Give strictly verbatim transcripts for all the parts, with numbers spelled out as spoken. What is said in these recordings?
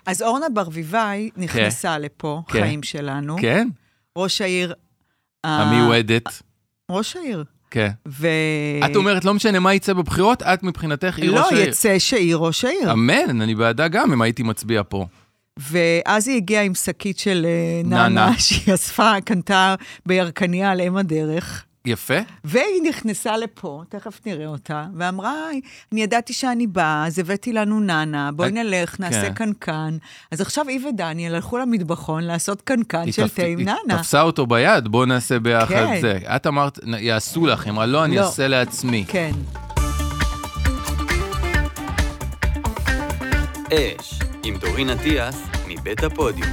אז אורנה ברביבאי נכנסה לפה, חיים שלנו. כן. ראש העיר... המיועדת. ראש העיר. כן. את אומרת, לא משנה מה יצא בבחירות, את מבחינתך היא ראש העיר. לא, יצא שהיא ראש העיר. אמן, אני בעדה גם, אם הייתי מצביע פה. ואז היא הגיעה עם שקית של ננה, שהיא אספה, קנתה בירקניה על אם הדרך. יפה. והיא נכנסה לפה, תכף נראה אותה, ואמרה, אני ידעתי שאני באה, אז הבאתי לנו ננה, בואי נלך, נעשה קנקן. אז עכשיו היא ודניאל הלכו למטבחון לעשות קנקן של תה עם ננה. היא תפסה אותו ביד, בואו נעשה ביחד זה. את אמרת, יעשו לך, היא אמרה, לא, אני אעשה לעצמי. כן. אש, עם דורין אטיאס, מבית הפודיום.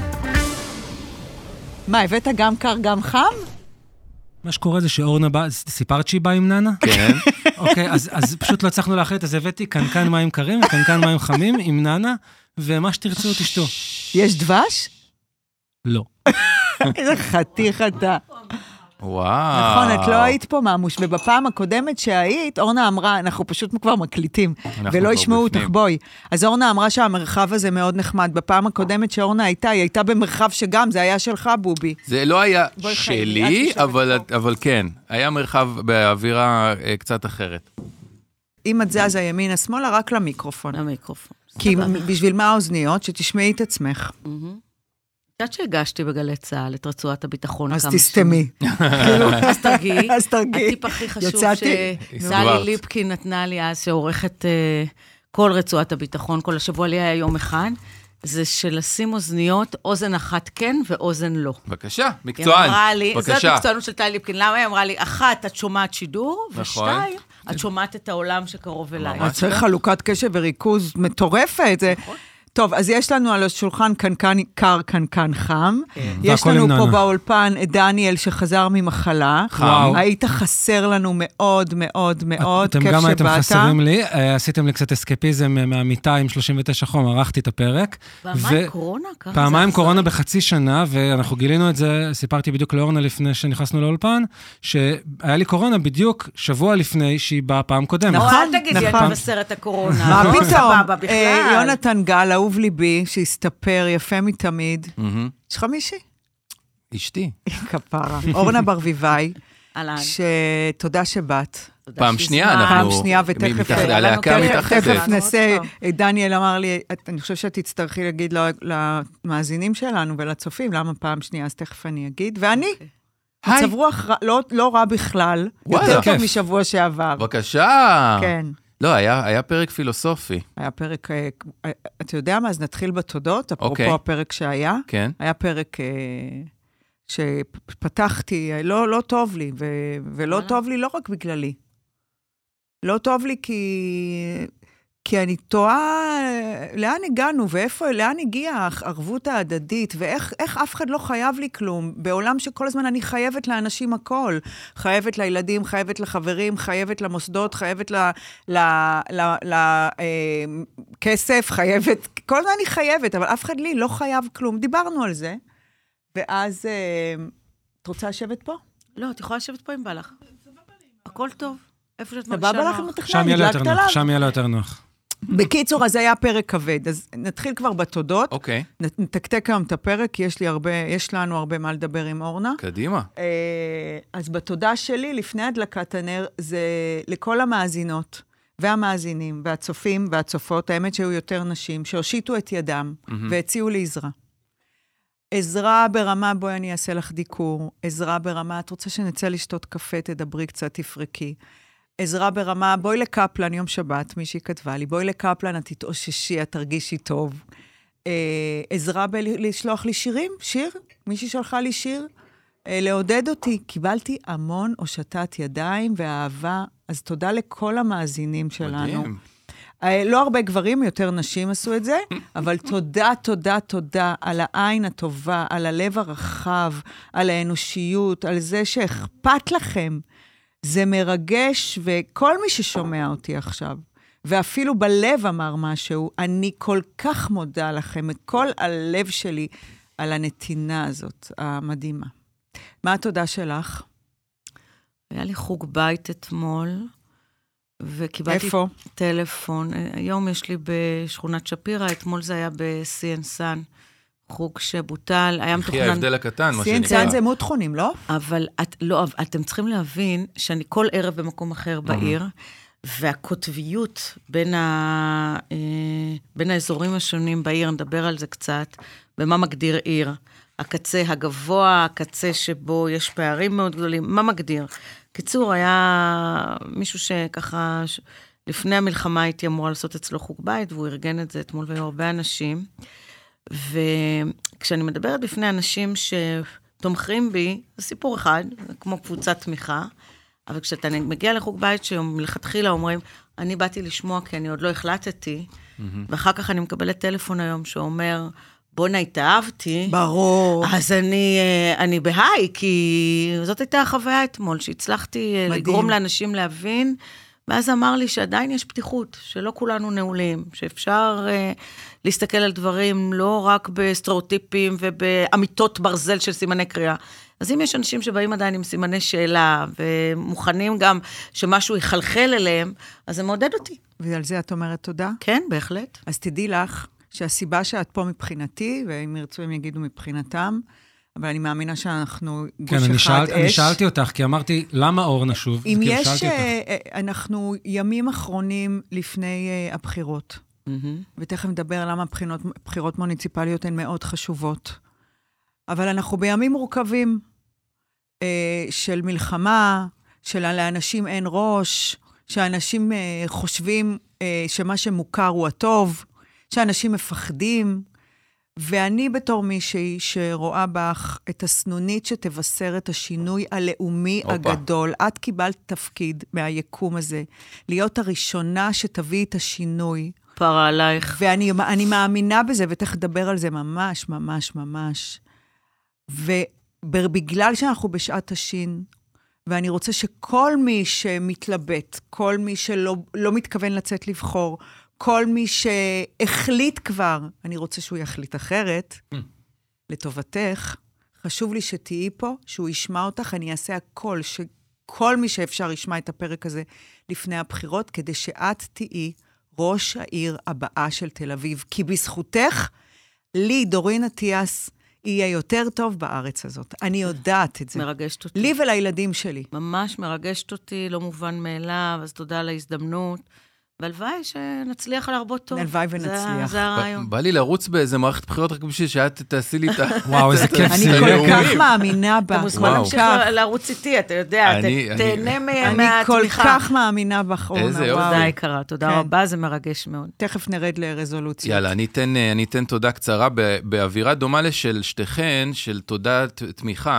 מה, הבאת גם קר, גם חם? מה שקורה זה שאורנה באה, סיפרת שהיא באה עם ננה? כן. אוקיי, אז, אז פשוט לא הצלחנו להחליט, אז הבאתי קנקן מים קרים וקנקן מים חמים עם ננה, ומה שתרצו תשתו. יש דבש? לא. איזה חתיך אתה. וואו. נכון, את לא היית פה ממוש, ובפעם הקודמת שהיית, אורנה אמרה, אנחנו פשוט כבר מקליטים, ולא ישמעו אותך, בואי. אז אורנה אמרה שהמרחב הזה מאוד נחמד. בפעם הקודמת שאורנה הייתה, היא הייתה במרחב שגם, זה היה שלך, בובי. זה לא היה שלי, אבל, אבל כן, היה מרחב באווירה קצת אחרת. אם את זזה ימינה שמאלה, רק למיקרופון. למיקרופון. כי בשביל מה האוזניות? שתשמעי את עצמך. יודעת שהגשתי בגלי צהל את רצועת הביטחון. אז תסתמי. אז תרגיעי. אז תרגיעי. הטיפ הכי חשוב שדלי ליפקין נתנה לי אז, שעורכת כל רצועת הביטחון, כל השבוע לי היה יום אחד, זה שלשים אוזניות, אוזן אחת כן ואוזן לא. בבקשה, מקצוען. זאת מקצוענות של דלי ליפקין. למה היא אמרה לי, אחת, את שומעת שידור, ושתיים, את שומעת את העולם שקרוב אליי. את צריך חלוקת קשב וריכוז מטורפת. נכון. טוב, אז יש לנו על השולחן קנקן קר, קנקן חם. יש לנו פה באולפן את דניאל שחזר ממחלה. היית חסר לנו מאוד, מאוד, מאוד. אתם גם הייתם חסרים לי. עשיתם לי קצת אסקפיזם מהמיטה עם שלושים ותשע חום, ערכתי את הפרק. פעמיים קורונה? פעמיים קורונה בחצי שנה, ואנחנו גילינו את זה, סיפרתי בדיוק לאורנה לפני שנכנסנו לאולפן, שהיה לי קורונה בדיוק שבוע לפני שהיא באה פעם קודמת. נכון, אל תגידי, אני מבשרת הקורונה. מה פתאום? יונתן גל, אהוב ליבי, שהסתפר יפה מתמיד. יש לך מישהי? אשתי. כפרה. אורנה ברביבאי, שתודה שבאת. פעם שנייה, אנחנו... פעם שנייה, ותכף... הלהקה מתאחדת. תכף נעשה, דניאל אמר לי, אני חושב שאת תצטרכי להגיד למאזינים שלנו ולצופים, למה פעם שנייה, אז תכף אני אגיד. ואני, מצב רוח לא רע בכלל, יותר טוב משבוע שעבר. בבקשה. כן. לא, היה, היה פרק פילוסופי. היה פרק, אתה יודע מה? אז נתחיל בתודות, אפרופו okay. הפרק שהיה. כן. היה פרק שפתחתי, לא, לא טוב לי, ו, ולא טוב לי לא רק בגללי. לא טוב לי כי, כי אני טועה לאן הגענו, ואיפה, לאן הגיעה הערבות ההדדית, ואיך איך אף אחד לא חייב לי כלום, בעולם שכל הזמן אני חייבת לאנשים הכל, חייבת לילדים, חייבת לחברים, חייבת למוסדות, חייבת לכסף, חייבת, כל הזמן אני חייבת, אבל אף אחד לי לא חייב כלום, דיברנו על זה, ואז, את רוצה לשבת פה? לא, את יכולה לשבת פה עם בלח. הכל טוב. איפה שאת מרגישה נוח? שם יהיה יותר נוח, שם יהיה יותר נוח. בקיצור, אז היה פרק כבד, אז נתחיל כבר בתודות. אוקיי. נתקתק היום את הפרק, כי יש לי הרבה, יש לנו הרבה מה לדבר עם אורנה. קדימה. אז בתודה שלי, לפני הדלקת הנר, זה לכל המאזינות, והמאזינים, והצופים, והצופות, האמת שהיו יותר נשים, שהושיטו את ידם, והציעו לי עזרה. עזרה ברמה, בואי אני אעשה לך דיקור. עזרה ברמה, את רוצה שנצא לשתות קפה, תדברי קצת, תפרקי. עזרה ברמה, בואי לקפלן, יום שבת, מישהי כתבה לי, בואי לקפלן, את תתאוששי, את תרגישי טוב. אה, עזרה בלשלוח לי שירים, שיר, מישהי שלחה לי שיר, אה, לעודד אותי. קיבלתי המון הושטת ידיים ואהבה, אז תודה לכל המאזינים שלנו. מדהים. אה, לא הרבה גברים, יותר נשים עשו את זה, אבל תודה, תודה, תודה על העין הטובה, על הלב הרחב, על האנושיות, על זה שאכפת לכם. זה מרגש, וכל מי ששומע אותי עכשיו, ואפילו בלב אמר משהו, אני כל כך מודה לכם, מכל הלב שלי, על הנתינה הזאת, המדהימה. מה התודה שלך? היה לי חוג בית אתמול, וקיבלתי איפה? טלפון. היום יש לי בשכונת שפירה, אתמול זה היה ב-סי אן סאן, חוג שבוטל, היה מתוכנן... הכי ההבדל הקטן, מה שנקרא. סי אן סאן זה מותחונים, לא? אבל את, לא, אתם צריכים להבין שאני כל ערב במקום אחר בעיר, והקוטביות בין, ה, בין האזורים השונים בעיר, נדבר על זה קצת, במה מגדיר עיר. הקצה הגבוה, הקצה שבו יש פערים מאוד גדולים, מה מגדיר? קיצור, היה מישהו שככה, לפני המלחמה הייתי אמורה לעשות אצלו חוג בית, והוא ארגן את זה אתמול, והיו הרבה אנשים. וכשאני מדברת בפני אנשים שתומכים בי, זה סיפור אחד, כמו קבוצת תמיכה, אבל כשאתה מגיע לחוג בית, שמלכתחילה אומרים, אני באתי לשמוע כי אני עוד לא החלטתי, ואחר כך אני מקבלת טלפון היום שאומר, בונה התאהבתי. ברור. אז אני, אני בהיי, כי זאת הייתה החוויה אתמול, שהצלחתי מדהים. לגרום לאנשים להבין, ואז אמר לי שעדיין יש פתיחות, שלא כולנו נעולים, שאפשר uh, להסתכל על דברים לא רק בסטריאוטיפים ובאמיתות ברזל של סימני קריאה. אז אם יש אנשים שבאים עדיין עם סימני שאלה, ומוכנים גם שמשהו יחלחל אליהם, אז זה מעודד אותי. ועל זה את אומרת תודה? כן, בהחלט. אז תדעי לך, שהסיבה שאת פה מבחינתי, ואם ירצו הם יגידו מבחינתם, אבל אני מאמינה שאנחנו כן, גוש אני אחד שאל, אש. אני שאלתי אותך, כי אמרתי, למה אורנה שוב? אם כאילו יש, שאלתי אותך. אנחנו ימים אחרונים לפני הבחירות, mm-hmm. ותכף נדבר למה בחינות, בחירות מוניציפליות הן מאוד חשובות, אבל אנחנו בימים מורכבים אה, של מלחמה, שלאנשים אין ראש, שאנשים אה, חושבים אה, שמה שמוכר הוא הטוב, שאנשים מפחדים, ואני בתור מישהי שרואה בך את הסנונית שתבשר את השינוי הלאומי אופה. הגדול, את קיבלת תפקיד מהיקום הזה, להיות הראשונה שתביא את השינוי. פרה עלייך. ואני אני מאמינה בזה, ותכף נדבר על זה ממש, ממש, ממש. ובגלל שאנחנו בשעת השין, ואני רוצה שכל מי שמתלבט, כל מי שלא לא מתכוון לצאת לבחור, כל מי שהחליט כבר, אני רוצה שהוא יחליט אחרת, mm. לטובתך, חשוב לי שתהיי פה, שהוא ישמע אותך, אני אעשה הכל, שכל מי שאפשר ישמע את הפרק הזה לפני הבחירות, כדי שאת תהיי ראש העיר הבאה של תל אביב, כי בזכותך, לי, דורין אטיאס, יהיה יותר טוב בארץ הזאת. אני יודעת את זה. מרגשת אותי. לי ולילדים שלי. ממש מרגשת אותי, לא מובן מאליו, אז תודה על ההזדמנות. והלוואי שנצליח להרבות טוב. הלוואי ונצליח. זה הרעיון. בא לי לרוץ באיזה מערכת בחירות רק בשביל שאת תעשי לי את ה... וואו, איזה כיף. אני כל כך מאמינה בה. אתה מוזמן להמשיך לרוץ איתי, אתה יודע, תהנה מהתמיכה. אני כל כך מאמינה בך, אורנה. איזה יופי. תודה יקרה, תודה רבה, זה מרגש מאוד. תכף נרד לרזולוציות. יאללה, אני אתן תודה קצרה, באווירה דומה לשל שתיכן, של תודה תמיכה.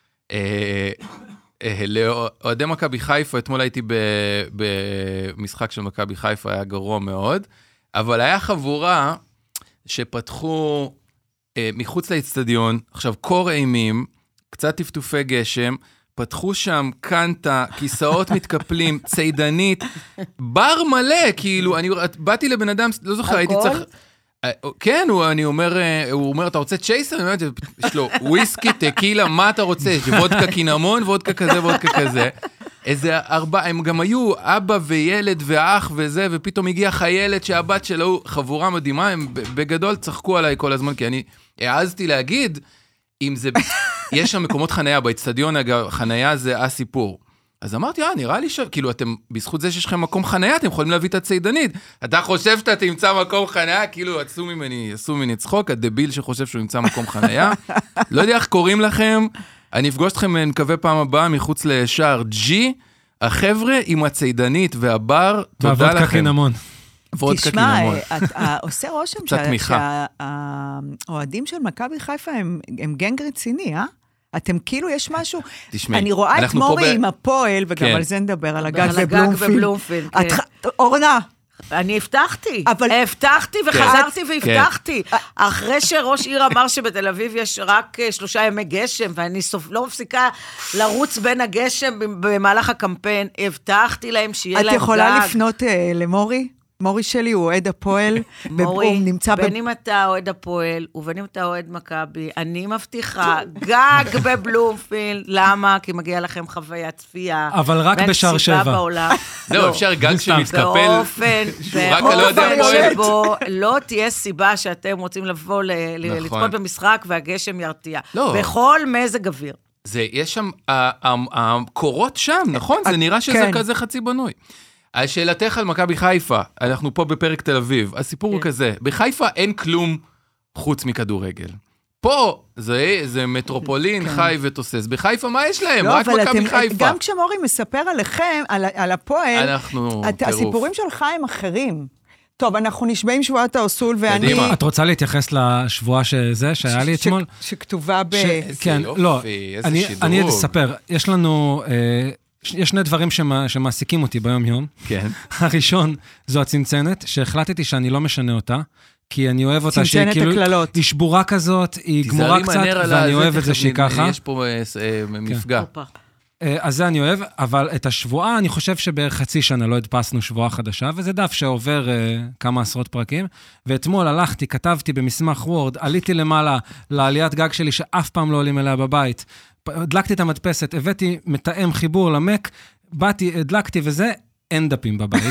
לאוהדי מכבי חיפה, אתמול הייתי במשחק של מכבי חיפה, היה גרוע מאוד, אבל היה חבורה שפתחו מחוץ לאצטדיון, עכשיו קור אימים, קצת טפטופי גשם, פתחו שם קנטה, כיסאות מתקפלים, ציידנית, בר מלא, כאילו, אני באתי לבן אדם, לא זוכר, הייתי צריך... כן, הוא, אני אומר, הוא אומר, אתה רוצה צ'ייסר? אני אומרת, יש לו וויסקי, טקילה, מה אתה רוצה? יש וודקה קינמון, וודקה כזה, וודקה כזה. איזה ארבע, הם גם היו אבא וילד ואח וזה, ופתאום הגיעה חיילת שהבת שלו חבורה מדהימה, הם בגדול צחקו עליי כל הזמן, כי אני העזתי להגיד, אם זה, יש שם מקומות חנייה, באצטדיון, אגב, חנייה זה הסיפור. אז אמרתי, אה, נראה לי ש... כאילו, אתם, בזכות זה שיש לכם מקום חנייה, אתם יכולים להביא את הציידנית. אתה חושב שאתה תמצא מקום חנייה? כאילו, עשו ממני, עשו ממני צחוק, הדביל שחושב שהוא ימצא מקום חנייה. לא יודע איך קוראים לכם, אני אפגוש אתכם, נקווה פעם הבאה, מחוץ לשער ג'י, החבר'ה עם הציידנית והבר, תודה לכם. ועבודקה קינמון. ועבודקה תשמע, קינמון. אתה עושה רושם שהאוהדים של מכבי חיפה הם גנג רציני, אה? אתם כאילו, יש משהו, תשמעי, אני רואה את מורי עם הפועל, וגם על זה נדבר, על הגג בבלומפילד. אורנה. אני הבטחתי, הבטחתי וחזרתי והבטחתי. אחרי שראש עיר אמר שבתל אביב יש רק שלושה ימי גשם, ואני לא מפסיקה לרוץ בין הגשם במהלך הקמפיין, הבטחתי להם שיהיה להם גג. את יכולה לפנות למורי? מורי שלי הוא אוהד הפועל, מורי, והוא נמצא ב... בין אם אתה אוהד הפועל, ובין אם אתה אוהד מכבי, אני מבטיחה, גג בבלומפילד, למה? כי מגיע לכם חוויה צפייה. אבל רק בשער שבע. בעולם. לא, אפשר גג שמתקפל, באופן, רק על אוהד הפועל. שבו לא תהיה סיבה שאתם רוצים לבוא לצפות במשחק, והגשם ירתיע. בכל מזג אוויר. זה, יש שם, הקורות שם, נכון? זה נראה שזה כזה חצי בנוי. השאלתך על מכבי חיפה, אנחנו פה בפרק תל אביב, הסיפור הוא כזה, בחיפה אין כלום חוץ מכדורגל. פה זה, זה מטרופולין, חי ותוסס. בחיפה מה יש להם? רק מכבי חיפה. גם כשמורי מספר עליכם, על, על הפועל, אנחנו את, הסיפורים שלך הם אחרים. טוב, אנחנו נשבעים שבועת האוסול, ואני... קדימה. את רוצה להתייחס לשבועה שזה, שהיה לי אתמול? שכתובה ב... כן, לא, אני אספר, יש לנו... יש שני דברים שמה, שמעסיקים אותי ביום-יום. כן. הראשון, זו הצנצנת, שהחלטתי שאני לא משנה אותה, כי אני אוהב אותה שהיא כאילו... צנצנת הכללות. היא שבורה כזאת, היא גמורה קצת, ואני אוהב את זה שהיא ככה. יש פה מפגע. אז זה אני אוהב, אבל את השבועה, אני חושב שבערך חצי שנה לא הדפסנו שבועה חדשה, וזה דף שעובר כמה עשרות פרקים, ואתמול הלכתי, כתבתי במסמך וורד, עליתי למעלה לעליית גג שלי, שאף פעם לא עולים אליה בבית, הדלקתי את המדפסת, הבאתי מתאם חיבור למק, באתי, הדלקתי וזה, אין דפים בבית.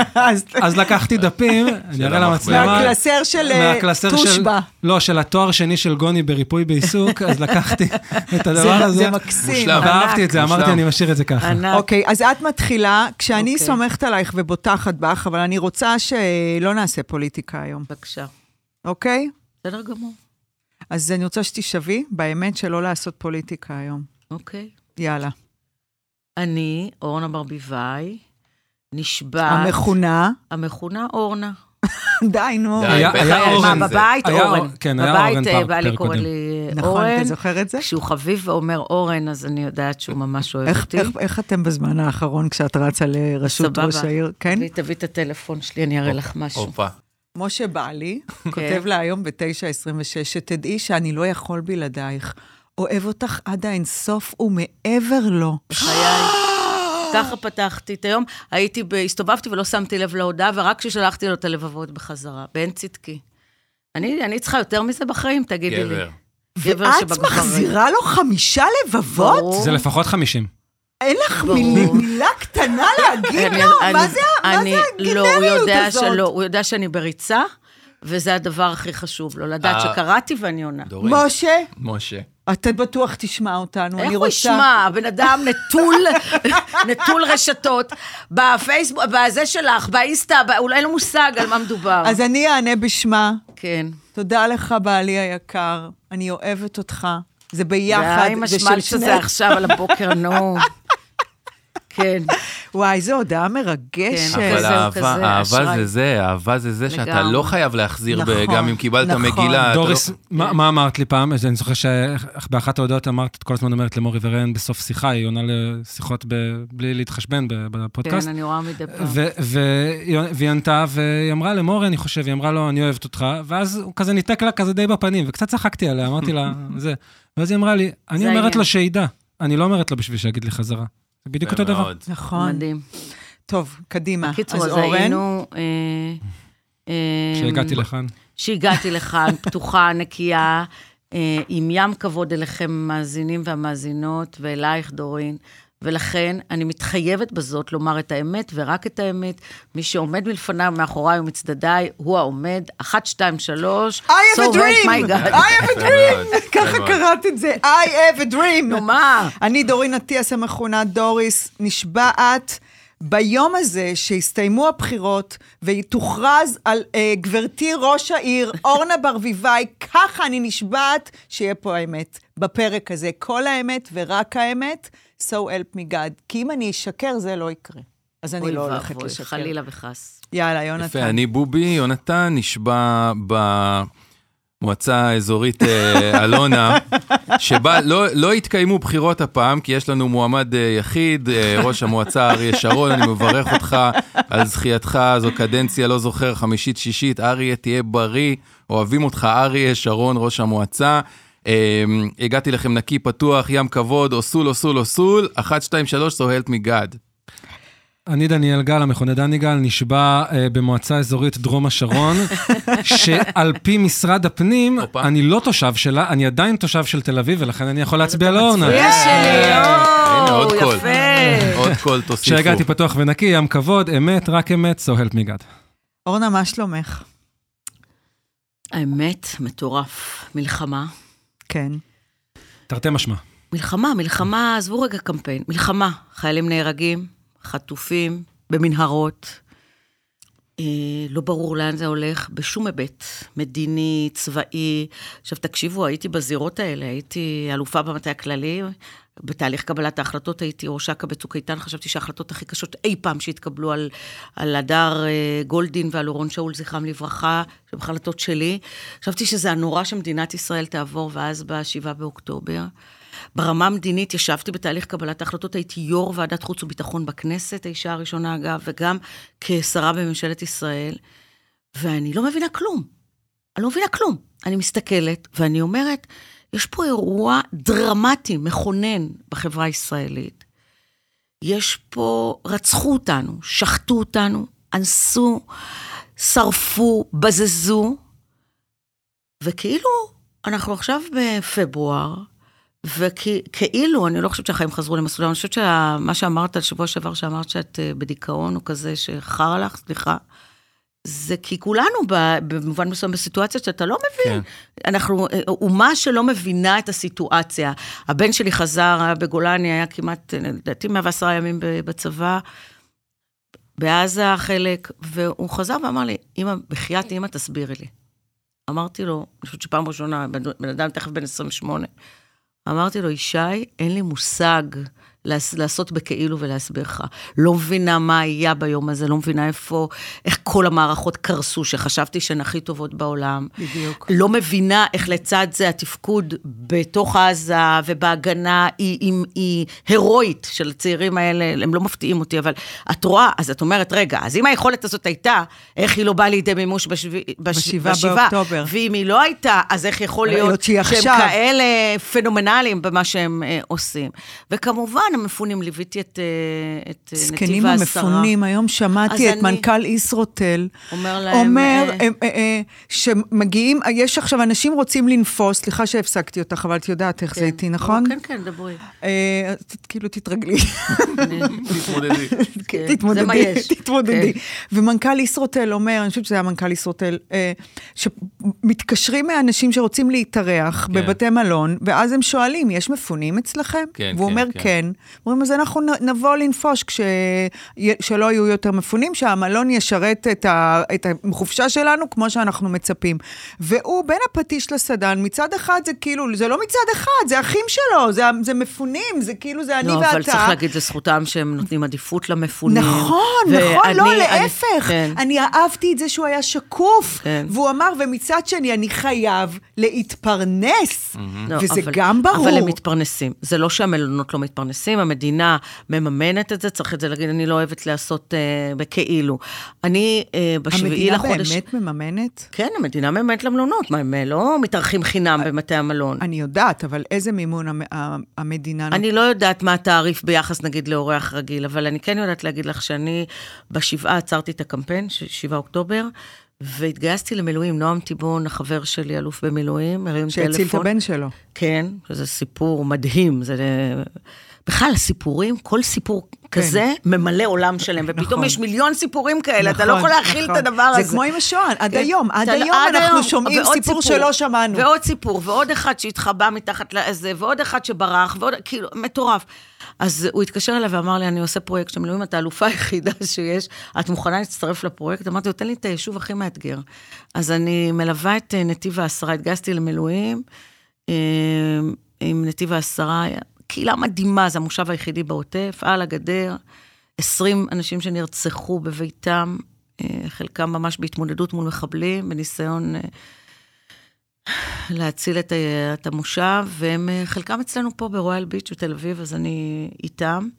אז לקחתי דפים, אני אראה למצלמה. מהקלסר של תושבה. לא, של התואר שני של גוני בריפוי בעיסוק, אז לקחתי את הדבר הזה. זה מקסים. ואהבתי את זה, אמרתי, אני משאיר את זה ככה. אוקיי, אז את מתחילה, כשאני סומכת עלייך ובוטחת בך, אבל אני רוצה שלא נעשה פוליטיקה היום. בבקשה. אוקיי? בסדר גמור. אז אני רוצה שתשבי באמת שלא לעשות פוליטיקה היום. אוקיי. יאללה. אני, אורנה ברביבאי, נשבע... המכונה? המכונה אורנה. די, נו. היה אורן. מה, בבית אורן. כן, היה אורן פרק קודם. בעלי קורא לי אורן. נכון, אתה זוכר את זה? כשהוא חביב ואומר אורן, אז אני יודעת שהוא ממש אוהב אותי. איך אתם בזמן האחרון, כשאת רצה לרשות ראש העיר? כן? תביא את הטלפון שלי, אני אראה לך משהו. אופה. משה בעלי, כותב לה היום ב-תשע עשרים ושש, שתדעי שאני לא יכול בלעדייך. אוהב אותך עד האינסוף ומעבר לו. בחיי. ככה פתחתי את היום. הייתי, הסתובבתי ולא שמתי לב להודעה, ורק כששלחתי לו את הלבבות בחזרה. באין צדקי. אני, אני צריכה יותר מזה בחיים, תגידי לי. גבר. ואת מחזירה לו חמישה לבבות? זה לפחות חמישים. אין לך מילה קטנה להגיד לו? מה זה הגנריות הזאת? הוא יודע שאני בריצה, וזה הדבר הכי חשוב לו, לדעת שקראתי ואני עונה. משה? משה. אתה בטוח תשמע אותנו, אני רוצה... איך הוא ישמע? הבן אדם נטול, נטול רשתות, בפייסבוק, בזה שלך, באינסטה, אולי לא מושג על מה מדובר. אז אני אענה בשמה. כן. תודה לך, בעלי היקר, אני אוהבת אותך. זה ביחד. די, משמל שזה עכשיו על הבוקר, נו. כן. וואי, זו הודעה מרגשת. אבל האהבה זה זה, האהבה זה זה שאתה לא חייב להחזיר, גם אם קיבלת מגילה. דוריס, מה אמרת לי פעם? אני זוכר שבאחת ההודעות אמרת, כל הזמן אומרת למורי ורן בסוף שיחה, היא עונה לשיחות בלי להתחשבן בפודקאסט. כן, אני רואה מדי פעם. והיא ענתה, והיא אמרה למורי, אני חושב, היא אמרה לו, אני אוהבת אותך, ואז הוא כזה ניתק לה כזה די בפנים, וקצת צחקתי עליה, אמרתי לה, זה. ואז היא אמרה לי, אני אומרת לו שידע, אני לא אומרת לו בשביל שיגיד לי חזרה. זה בדיוק אותו דבר. נכון. מדהים. טוב, קדימה. בקיצור, אז היינו... שהגעתי לכאן. שהגעתי לכאן, פתוחה, נקייה, עם ים כבוד אליכם המאזינים והמאזינות, ואלייך דורין, ולכן אני מתחייבת בזאת לומר את האמת, ורק את האמת, מי שעומד מלפניו, מאחוריי ומצדדיי, הוא העומד, אחת, שתיים, שלוש, I have a dream! I have a dream! ככה קראת את זה, I have a dream! נו מה? אני דורין אטיאס המכונה דוריס, נשבעת ביום הזה שהסתיימו הבחירות, והיא תוכרז על גברתי ראש העיר, אורנה ברביבאי, ככה אני נשבעת שיהיה פה האמת. בפרק הזה, כל האמת ורק האמת, so help me God. כי אם אני אשקר, זה לא יקרה. אז אני לא הולכת לשקר. חלילה וחס. יאללה, יונתן. יפה, אני בובי, יונתן נשבע במועצה האזורית אלונה, שבה לא, לא התקיימו בחירות הפעם, כי יש לנו מועמד יחיד, ראש המועצה אריה שרון, אני מברך אותך על זכייתך, זו קדנציה, לא זוכר, חמישית, שישית, אריה תהיה בריא, אוהבים אותך אריה שרון, ראש המועצה, הגעתי לכם נקי פתוח, ים כבוד, אוסול, אוסול, אוסול, אחת, שתיים, שלוש, so help me God. אני דניאל גל, המכונה דני גל, נשבע אה, במועצה אזורית דרום השרון, שעל פי משרד הפנים, אופה. אני לא תושב שלה, אני עדיין תושב של תל אביב, ולכן אני יכול להצביע לאורנה. יש שלי, הנה, עוד או, קול. יפה. עוד קול תוסיפו. שהגעתי פתוח ונקי, ים כבוד, אמת, רק אמת, so help me God. אורנה, מה שלומך? האמת, מטורף. מלחמה. כן. תרתי משמע. מלחמה, מלחמה, עזבו רגע קמפיין. מלחמה, חיילים נהרגים, חטופים, במנהרות. אה, לא ברור לאן זה הולך, בשום היבט. מדיני, צבאי. עכשיו תקשיבו, הייתי בזירות האלה, הייתי אלופה במטה הכללי, בתהליך קבלת ההחלטות הייתי ראשקה בצוק איתן, חשבתי שההחלטות הכי קשות אי פעם שהתקבלו על, על הדר אה, גולדין ועל אורון שאול זכרם לברכה, שבחלטות שלי. חשבתי שזה הנורא שמדינת ישראל תעבור, ואז בשבעה באוקטובר. ברמה המדינית ישבתי בתהליך קבלת ההחלטות, הייתי יו"ר ועדת חוץ וביטחון בכנסת, האישה הראשונה אגב, וגם כשרה בממשלת ישראל, ואני לא מבינה כלום. אני לא מבינה כלום. אני מסתכלת ואני אומרת, יש פה אירוע דרמטי, מכונן בחברה הישראלית. יש פה, רצחו אותנו, שחטו אותנו, אנסו, שרפו, בזזו, וכאילו אנחנו עכשיו בפברואר, וכאילו, אני לא חושבת שהחיים חזרו למסלולם, אני חושבת שמה שאמרת על שבוע שעבר, שאמרת שאת בדיכאון או כזה, שחר לך, סליחה, זה כי כולנו במובן מסוים בסיטואציה שאתה לא מבין. כן. אנחנו, אומה שלא מבינה את הסיטואציה. הבן שלי חזר, היה בגולני, היה כמעט, לדעתי, מאה ועשרה ימים בצבא, בעזה חלק, והוא חזר ואמר לי, אמא, בחייאת, אמא, תסבירי לי. אמרתי לו, אני חושבת שפעם ראשונה, בן אדם תכף בן עשרים ושמונה, אמרתי לו, ישי, אין לי מושג לעשות בכאילו ולהסביר לך. לא מבינה מה היה ביום הזה, לא מבינה איפה, איך כל המערכות קרסו, שחשבתי שהן הכי טובות בעולם. בדיוק. לא מבינה איך לצד זה התפקוד בתוך עזה ובהגנה, היא, היא, היא הירואית של הצעירים האלה, הם לא מפתיעים אותי, אבל את רואה, אז את אומרת, רגע, אז אם היכולת הזאת הייתה, איך היא לא באה לידי מימוש בשבעה בשבעה באוקטובר. ואם היא לא הייתה, אז איך יכול להיות שהם כאלה פנומנליים במה שהם עושים. וכמובן, המפונים, ליוויתי את, את נתיב העשרה. סקנים המפונים, היום שמעתי את אני... מנכ"ל ישרוטל, אומר להם... אומר אה... אה, אה, שמגיעים, יש עכשיו אנשים רוצים לנפוס, סליחה שהפסקתי אותך, אבל את יודעת איך כן. זה איתי, נכון? כן, כן, דברי. אה, כאילו תתרגלי. תתמודדי. תתמודדי, תתמודדי. ומנכ"ל ישרוטל אומר, אני חושבת שזה היה מנכ"ל ישרוטל, אה, שמתקשרים מהאנשים שרוצים להתארח בבתי מלון, ואז הם שואלים, יש מפונים אצלכם? והוא אומר כן. אומרים, אז אנחנו נבוא לנפוש כשלא יהיו יותר מפונים, שהמלון ישרת את החופשה שלנו כמו שאנחנו מצפים. והוא בין הפטיש לסדן, מצד אחד זה כאילו, זה לא מצד אחד, זה אחים שלו, זה, זה מפונים, זה כאילו, זה אני לא, ואתה. אבל צריך להגיד לזכותם שהם נותנים עדיפות למפונים. נכון, נכון, לא, להפך. אני אהבתי את זה שהוא היה שקוף, והוא אמר, ומצד שני, אני חייב להתפרנס, וזה גם ברור. אבל הם מתפרנסים. זה לא שהמלונות לא מתפרנסים, המדינה מממנת את זה, צריך את זה להגיד, אני לא אוהבת לעשות בכאילו. אני בשביעי לחודש... המדינה באמת מממנת? כן, המדינה מממנת למלונות, מה, הם לא מתארחים חינם במתי המלון. אני יודעת, אבל איזה מימון המדינה... אני לא יודעת מה התעריף ביחס, נגיד, לאורח רגיל, אבל אני כן יודעת להגיד לך שאני בשבעה עצרתי את הקמפיין, שבעה אוקטובר, והתגייסתי למילואים, נועם טיבון, החבר שלי, אלוף במילואים, הרים טלפון. שהציל את הבן שלו. כן, זה סיפור מדהים, זה... בכלל, הסיפורים, כל סיפור כזה ממלא עולם שלם, ופתאום יש מיליון סיפורים כאלה, אתה לא יכול להכיל את הדבר הזה. זה כמו עם השואה, עד היום, עד היום אנחנו שומעים סיפור שלא שמענו. ועוד סיפור, ועוד אחד שהתחבא מתחת לזה, ועוד אחד שברח, ועוד, כאילו, מטורף. אז הוא התקשר אליי ואמר לי, אני עושה פרויקט שמילואים, את האלופה היחידה שיש, את מוכנה להצטרף לפרויקט? אמרתי, תן לי את היישוב הכי מאתגר. אז אני מלווה את נתיב העשרה, התגייסתי למילואים, עם נתיב העשרה, קהילה מדהימה, זה המושב היחידי בעוטף, על הגדר, עשרים אנשים שנרצחו בביתם, חלקם ממש בהתמודדות מול מחבלים, בניסיון להציל את, את המושב, והם חלקם אצלנו פה ברויאל ביץ' בתל אביב, אז אני איתם,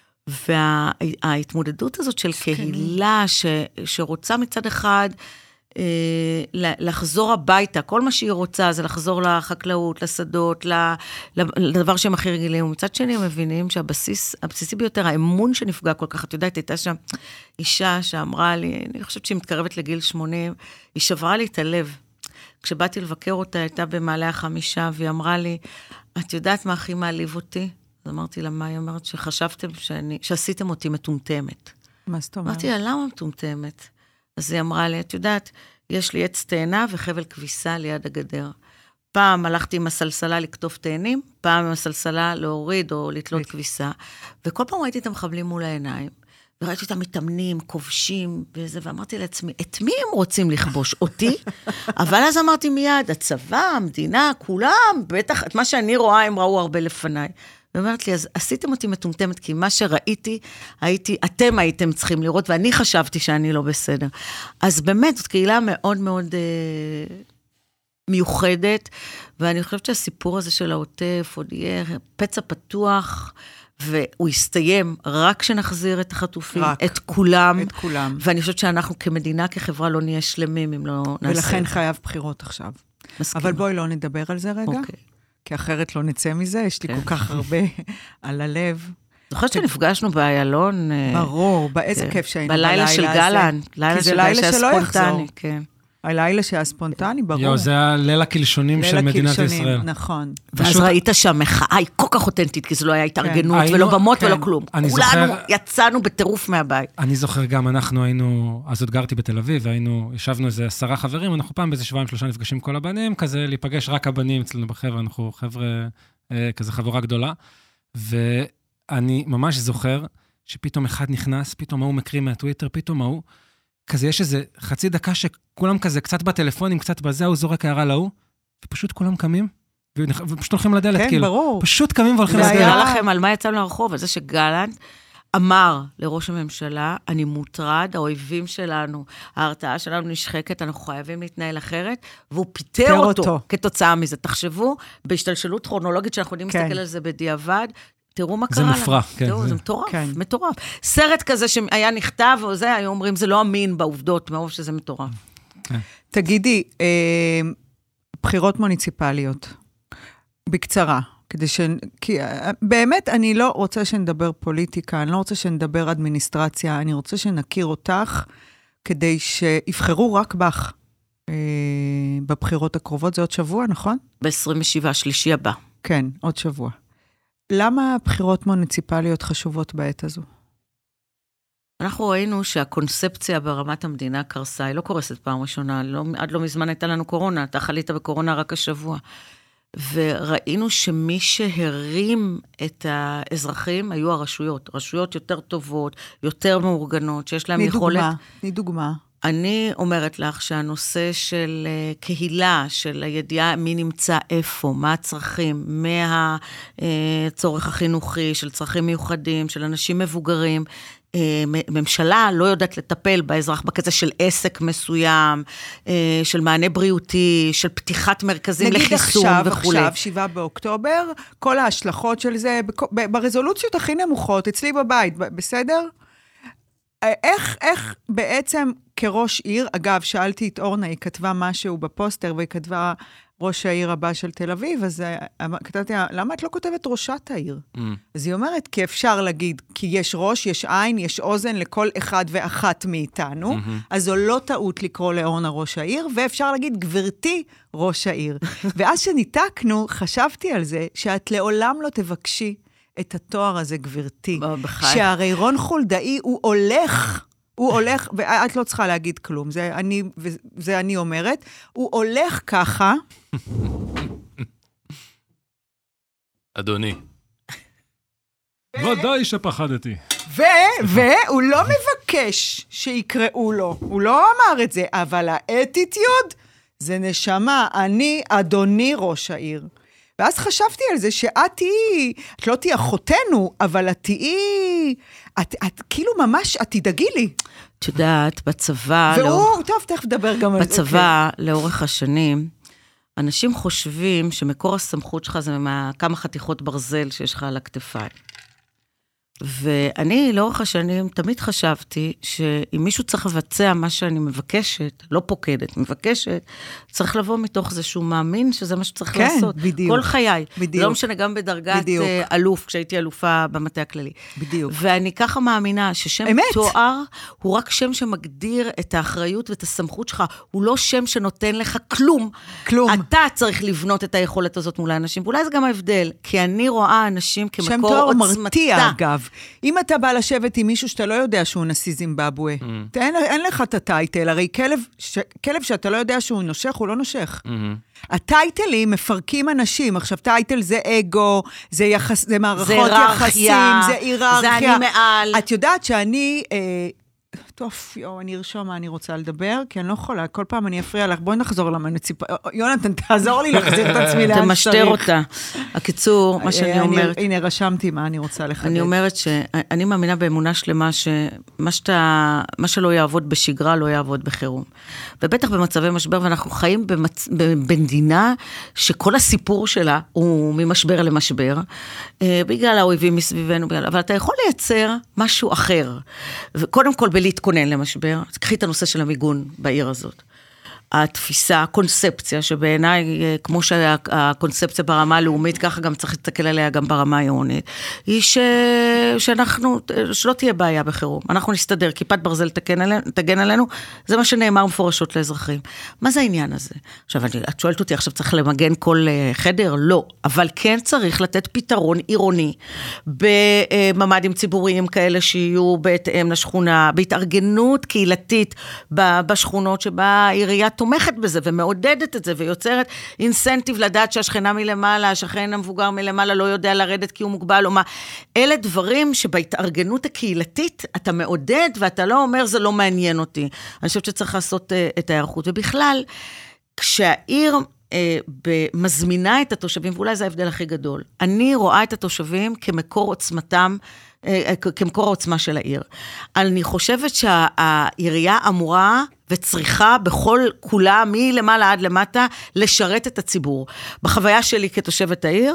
וההתמודדות הזאת של קהילה ש, שרוצה מצד אחד לחזור הביתה, כל מה שהיא רוצה זה לחזור לחקלאות, לשדות, לדבר שהם הכי רגילים. ומצד שני הם מבינים שהבסיס, הבסיסי ביותר, האמון שנפגע כל כך, את יודעת, הייתה שם אישה שאמרה לי, אני חושבת שהיא מתקרבת לגיל שמונים, היא שברה לי את הלב. כשבאתי לבקר אותה, הייתה במעלה החמישה, והיא אמרה לי, את יודעת מה הכי מעליב אותי? אז אמרתי לה, מה היא אומרת? שחשבתם שאני, שעשיתם אותי מטומטמת. מה זאת אומרת? אמרתי לה, למה מטומטמת? אז היא אמרה לי, את יודעת, יש לי עץ תאנה וחבל כביסה ליד הגדר. פעם הלכתי עם הסלסלה לקטוף תאנים, פעם עם הסלסלה להוריד או לתלות כביסה, וכל פעם ראיתי את המחבלים מול העיניים, וראיתי אותם מתאמנים, כובשים, וזה, ואמרתי לעצמי, את מי הם רוצים לכבוש? אותי? אבל אז אמרתי מיד, הצבא, המדינה, כולם, בטח, את מה שאני רואה, הם ראו הרבה לפניי. ואומרת לי, אז עשיתם אותי מטומטמת, כי מה שראיתי, הייתי, אתם הייתם צריכים לראות, ואני חשבתי שאני לא בסדר. אז באמת, זאת קהילה מאוד מאוד אה, מיוחדת, ואני חושבת שהסיפור הזה של העוטף, עוד יהיה פצע פתוח, והוא יסתיים רק כשנחזיר את החטופים, רק, את כולם. את כולם. ואני חושבת שאנחנו כמדינה, כחברה, לא נהיה שלמים אם לא נעשה. ולכן חייב בחירות עכשיו. מסכים. אבל בואי לא נדבר על זה רגע. אוקיי. כי אחרת לא נצא מזה, יש לי כל כך הרבה על הלב. זוכרת שנפגשנו באיילון. ברור, באיזה כיף שהיינו בלילה של גלנט. כי זה לילה שלא יחזור. כן. הלילה שהיה ספונטני, ברור. יו, זה הליל הקלשונים של מדינת ישראל. נכון. ואז ראית שהמחאה היא כל כך אותנטית, כי זה לא היה התארגנות, ולא במות ולא כלום. כולנו יצאנו בטירוף מהבית. אני זוכר גם, אנחנו היינו, אז עוד גרתי בתל אביב, והיינו, ישבנו איזה עשרה חברים, אנחנו פעם באיזה שבועיים שלושה נפגשים כל הבנים, כזה להיפגש רק הבנים אצלנו בחבר'ה, אנחנו חבר'ה, כזה חבורה גדולה, ואני ממש זוכר שפתאום אחד נכנס, פתאום ההוא מקריא מהטוויטר, פתאום ההוא, כזה יש איזה חצי דקה שכולם כזה קצת בטלפונים, קצת בזה, הוא זורק הערה להוא, ופשוט כולם קמים, ופשוט הולכים לדלת, כן, כאילו. ברור. פשוט קמים והולכים לדלת. זה היה לכם על מה יצאנו לרחוב, על זה שגלנט אמר לראש הממשלה, אני מוטרד, האויבים שלנו, ההרתעה שלנו נשחקת, אנחנו חייבים להתנהל אחרת, והוא פיטר אותו, אותו כתוצאה מזה. תחשבו, בהשתלשלות כרונולוגית, שאנחנו יודעים להסתכל על זה בדיעבד, תראו מה קרה. זה מופרע, כן. תראו, זה מטורף, מטורף. סרט כזה שהיה נכתב, או זה, היו אומרים, זה לא אמין בעובדות, מרוב שזה מטורף. תגידי, בחירות מוניציפליות, בקצרה, כדי ש... כי באמת אני לא רוצה שנדבר פוליטיקה, אני לא רוצה שנדבר אדמיניסטרציה, אני רוצה שנכיר אותך, כדי שיבחרו רק בך בבחירות הקרובות. זה עוד שבוע, נכון? ב-עשרים ושבעה, שלישי הבא. כן, עוד שבוע. למה בחירות מוניציפליות חשובות בעת הזו? אנחנו ראינו שהקונספציה ברמת המדינה קרסה, היא לא קורסת פעם ראשונה, לא, עד לא מזמן הייתה לנו קורונה, אתה חלית בקורונה רק השבוע. וראינו שמי שהרים את האזרחים היו הרשויות, רשויות יותר טובות, יותר מאורגנות, שיש להם יכולת. דוגמה, תני דוגמה. אני אומרת לך שהנושא של קהילה, של הידיעה מי נמצא איפה, מה הצרכים, מהצורך החינוכי, של צרכים מיוחדים, של אנשים מבוגרים, ממשלה לא יודעת לטפל באזרח בקצה של עסק מסוים, של מענה בריאותי, של פתיחת מרכזים לחיסון וכו'. נגיד עכשיו, עכשיו, שבעה באוקטובר, כל ההשלכות של זה, ברזולוציות הכי נמוכות, אצלי בבית, בסדר? איך, איך בעצם כראש עיר, אגב, שאלתי את אורנה, היא כתבה משהו בפוסטר, והיא כתבה ראש העיר הבא של תל אביב, אז כתבתי, למה את לא כותבת ראשת העיר? Mm. אז היא אומרת, כי אפשר להגיד, כי יש ראש, יש עין, יש אוזן לכל אחד ואחת מאיתנו, mm-hmm. אז זו לא טעות לקרוא לאורנה ראש העיר, ואפשר להגיד, גברתי ראש העיר. ואז שניתקנו, חשבתי על זה, שאת לעולם לא תבקשי, את התואר הזה, גברתי, שהרי רון חולדאי הוא הולך, הוא הולך, ואת לא צריכה להגיד כלום, זה אני, וזה אני אומרת, הוא הולך ככה. אדוני. ודאי שפחדתי. והוא לא מבקש שיקראו לו, הוא לא אמר את זה, אבל האטיטיוד זה נשמה, אני אדוני ראש העיר. ואז חשבתי על זה שאת תהיי, את לא תהיי אחותנו, אבל את תהיי, את, את כאילו ממש, את תדאגי לי. את יודעת, בצבא... והוא, לא, טוב, תכף דבר גם על זה. בצבא, okay. לאורך השנים, אנשים חושבים שמקור הסמכות שלך זה כמה חתיכות ברזל שיש לך על הכתפיים. ואני לאורך השנים תמיד חשבתי שאם מישהו צריך לבצע מה שאני מבקשת, לא פוקדת, מבקשת, צריך לבוא מתוך זה שהוא מאמין שזה מה שצריך כן, לעשות. בדיוק. כל חיי. בדיוק. לא משנה גם בדרגת בדיוק. אלוף, כשהייתי אלופה במטה הכללי. בדיוק. ואני ככה מאמינה ששם אמת. תואר הוא רק שם שמגדיר את האחריות ואת הסמכות שלך, הוא לא שם שנותן לך כלום. כלום. אתה צריך לבנות את היכולת הזאת מול האנשים, ואולי זה גם ההבדל, כי אני רואה אנשים כמקור שם עוצמתה. תואר הוא מרתיע, אגב. אם אתה בא לשבת עם מישהו שאתה לא יודע שהוא נשיא זימבבואה, mm. אין, אין לך את הטייטל, הרי כלב, ש, כלב שאתה לא יודע שהוא נושך, הוא לא נושך. Mm-hmm. הטייטלים מפרקים אנשים, עכשיו טייטל זה אגו, זה, יחס, זה מערכות זה יחסים, זה היררכיה. זה אני מעל. את יודעת שאני... אה, טוב, יו, אני ארשום מה אני רוצה לדבר, כי אני לא יכולה, כל פעם אני אפריע לך, בואי נחזור למנציפה, יונתן, תעזור לי להחזיר את עצמי לאן תמשטר שצריך. אותה. הקיצור, מה שאני אומרת... הנה, רשמתי מה אני רוצה לחדש. אני אומרת שאני מאמינה באמונה שלמה, שמה שאתה, מה שלא יעבוד בשגרה, לא יעבוד בחירום. ובטח במצבי משבר, ואנחנו חיים במצ... במדינה, שכל הסיפור שלה הוא ממשבר למשבר, בגלל האויבים מסביבנו, אבל אתה יכול לייצר משהו אחר. וקודם כל, להתכונן למשבר, קחי את הנושא של המיגון בעיר הזאת. התפיסה, הקונספציה, שבעיניי, כמו שהקונספציה ברמה הלאומית, ככה גם צריך להסתכל עליה גם ברמה העירונית, היא ש... שאנחנו, שלא תהיה בעיה בחירום. אנחנו נסתדר, כיפת ברזל תגן עלינו, תגן עלינו, זה מה שנאמר מפורשות לאזרחים. מה זה העניין הזה? עכשיו, את שואלת אותי, עכשיו צריך למגן כל חדר? לא. אבל כן צריך לתת פתרון עירוני, בממדים ציבוריים כאלה שיהיו בהתאם לשכונה, בהתארגנות קהילתית בשכונות שבה העירייה תומכת בזה ומעודדת את זה ויוצרת אינסנטיב לדעת שהשכנה מלמעלה, השכן המבוגר מלמעלה לא יודע לרדת כי הוא מוגבל או מה. אלה דברים שבהתארגנות הקהילתית אתה מעודד ואתה לא אומר זה לא מעניין אותי. אני חושבת שצריך לעשות uh, את ההיערכות. ובכלל, כשהעיר uh, מזמינה את התושבים, ואולי זה ההבדל הכי גדול, אני רואה את התושבים כמקור עוצמתם, כמקור העוצמה של העיר. אני חושבת שהעירייה אמורה וצריכה בכל כולה, מלמעלה עד למטה, לשרת את הציבור. בחוויה שלי כתושבת העיר,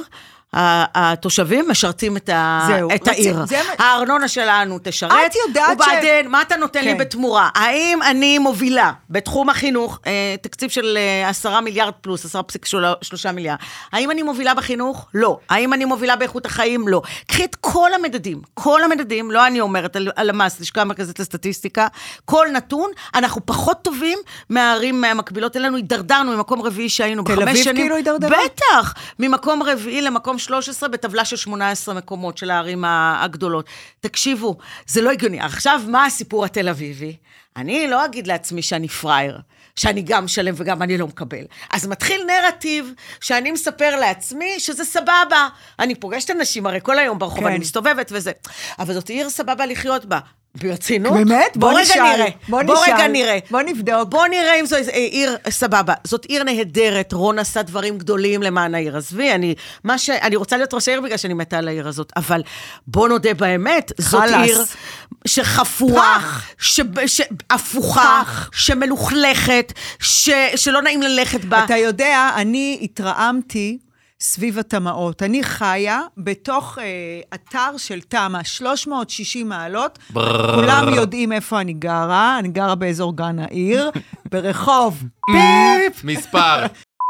התושבים משרתים את, ה... את העיר. זה... הארנונה שלנו תשרת, ובעדין, ש... מה אתה נותן כן. לי בתמורה? האם אני מובילה בתחום החינוך, תקציב של עשרה מיליארד פלוס, עשרה פסיק שלושה מיליארד, האם אני מובילה בחינוך? לא. האם אני מובילה באיכות החיים? לא. קחי את כל המדדים, כל המדדים, לא אני אומרת על, על המס, לשכה המרכזית לסטטיסטיקה, כל נתון, אנחנו פחות טובים מהערים המקבילות אלינו, הידרדרנו ממקום רביעי שהיינו בחמש שנים. תל אביב כאילו הידרדרה? בטח, ממקום רביעי למקום שלוש עשרה בטבלה של שמונה עשרה מקומות של הערים הגדולות. תקשיבו, זה לא הגיוני. עכשיו, מה הסיפור התל אביבי? אני לא אגיד לעצמי שאני פרייר, שאני גם שלם וגם אני לא מקבל. אז מתחיל נרטיב שאני מספר לעצמי שזה סבבה. אני פוגשת אנשים הרי כל היום ברחוב, כן. אני מסתובבת וזה. אבל זאת עיר סבבה לחיות בה. ברצינות? באמת? בוא, בוא נשאל. רגע נראה. בוא, בוא נשאל. רגע נראה. בוא נבדוק. בוא נראה אם זו עיר סבבה. זאת עיר נהדרת, רון עשה דברים גדולים למען העיר. עזבי, אני, מה ש... אני רוצה להיות ראש העיר בגלל שאני מתה על העיר הזאת, אבל בוא נודה באמת, זאת חלס. עיר שחפורה, ש... ש... הפוכה, שמלוכלכת, ש... שלא נעים ללכת בה. אתה יודע, אני התרעמתי סביב התמאות. אני חיה בתוך אה, אתר של תמה, שלוש מאות ושישים מעלות, כולם יודעים איפה אני גרה, אני גרה באזור גן העיר, ברחוב פיפ. מספר.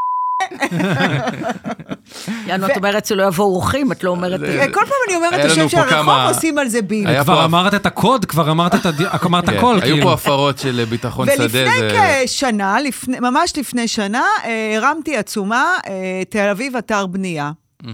יאנו, את אומרת שלא יבואו אורחים, את לא אומרת... כל פעם אני אומרת, השם של הרחוב עושים על זה ביל. כבר אמרת את הקוד, כבר אמרת הכל. היו פה הפרות של ביטחון שדה. ולפני כשנה, ממש לפני שנה, הרמתי עצומה, תל אביב אתר בנייה.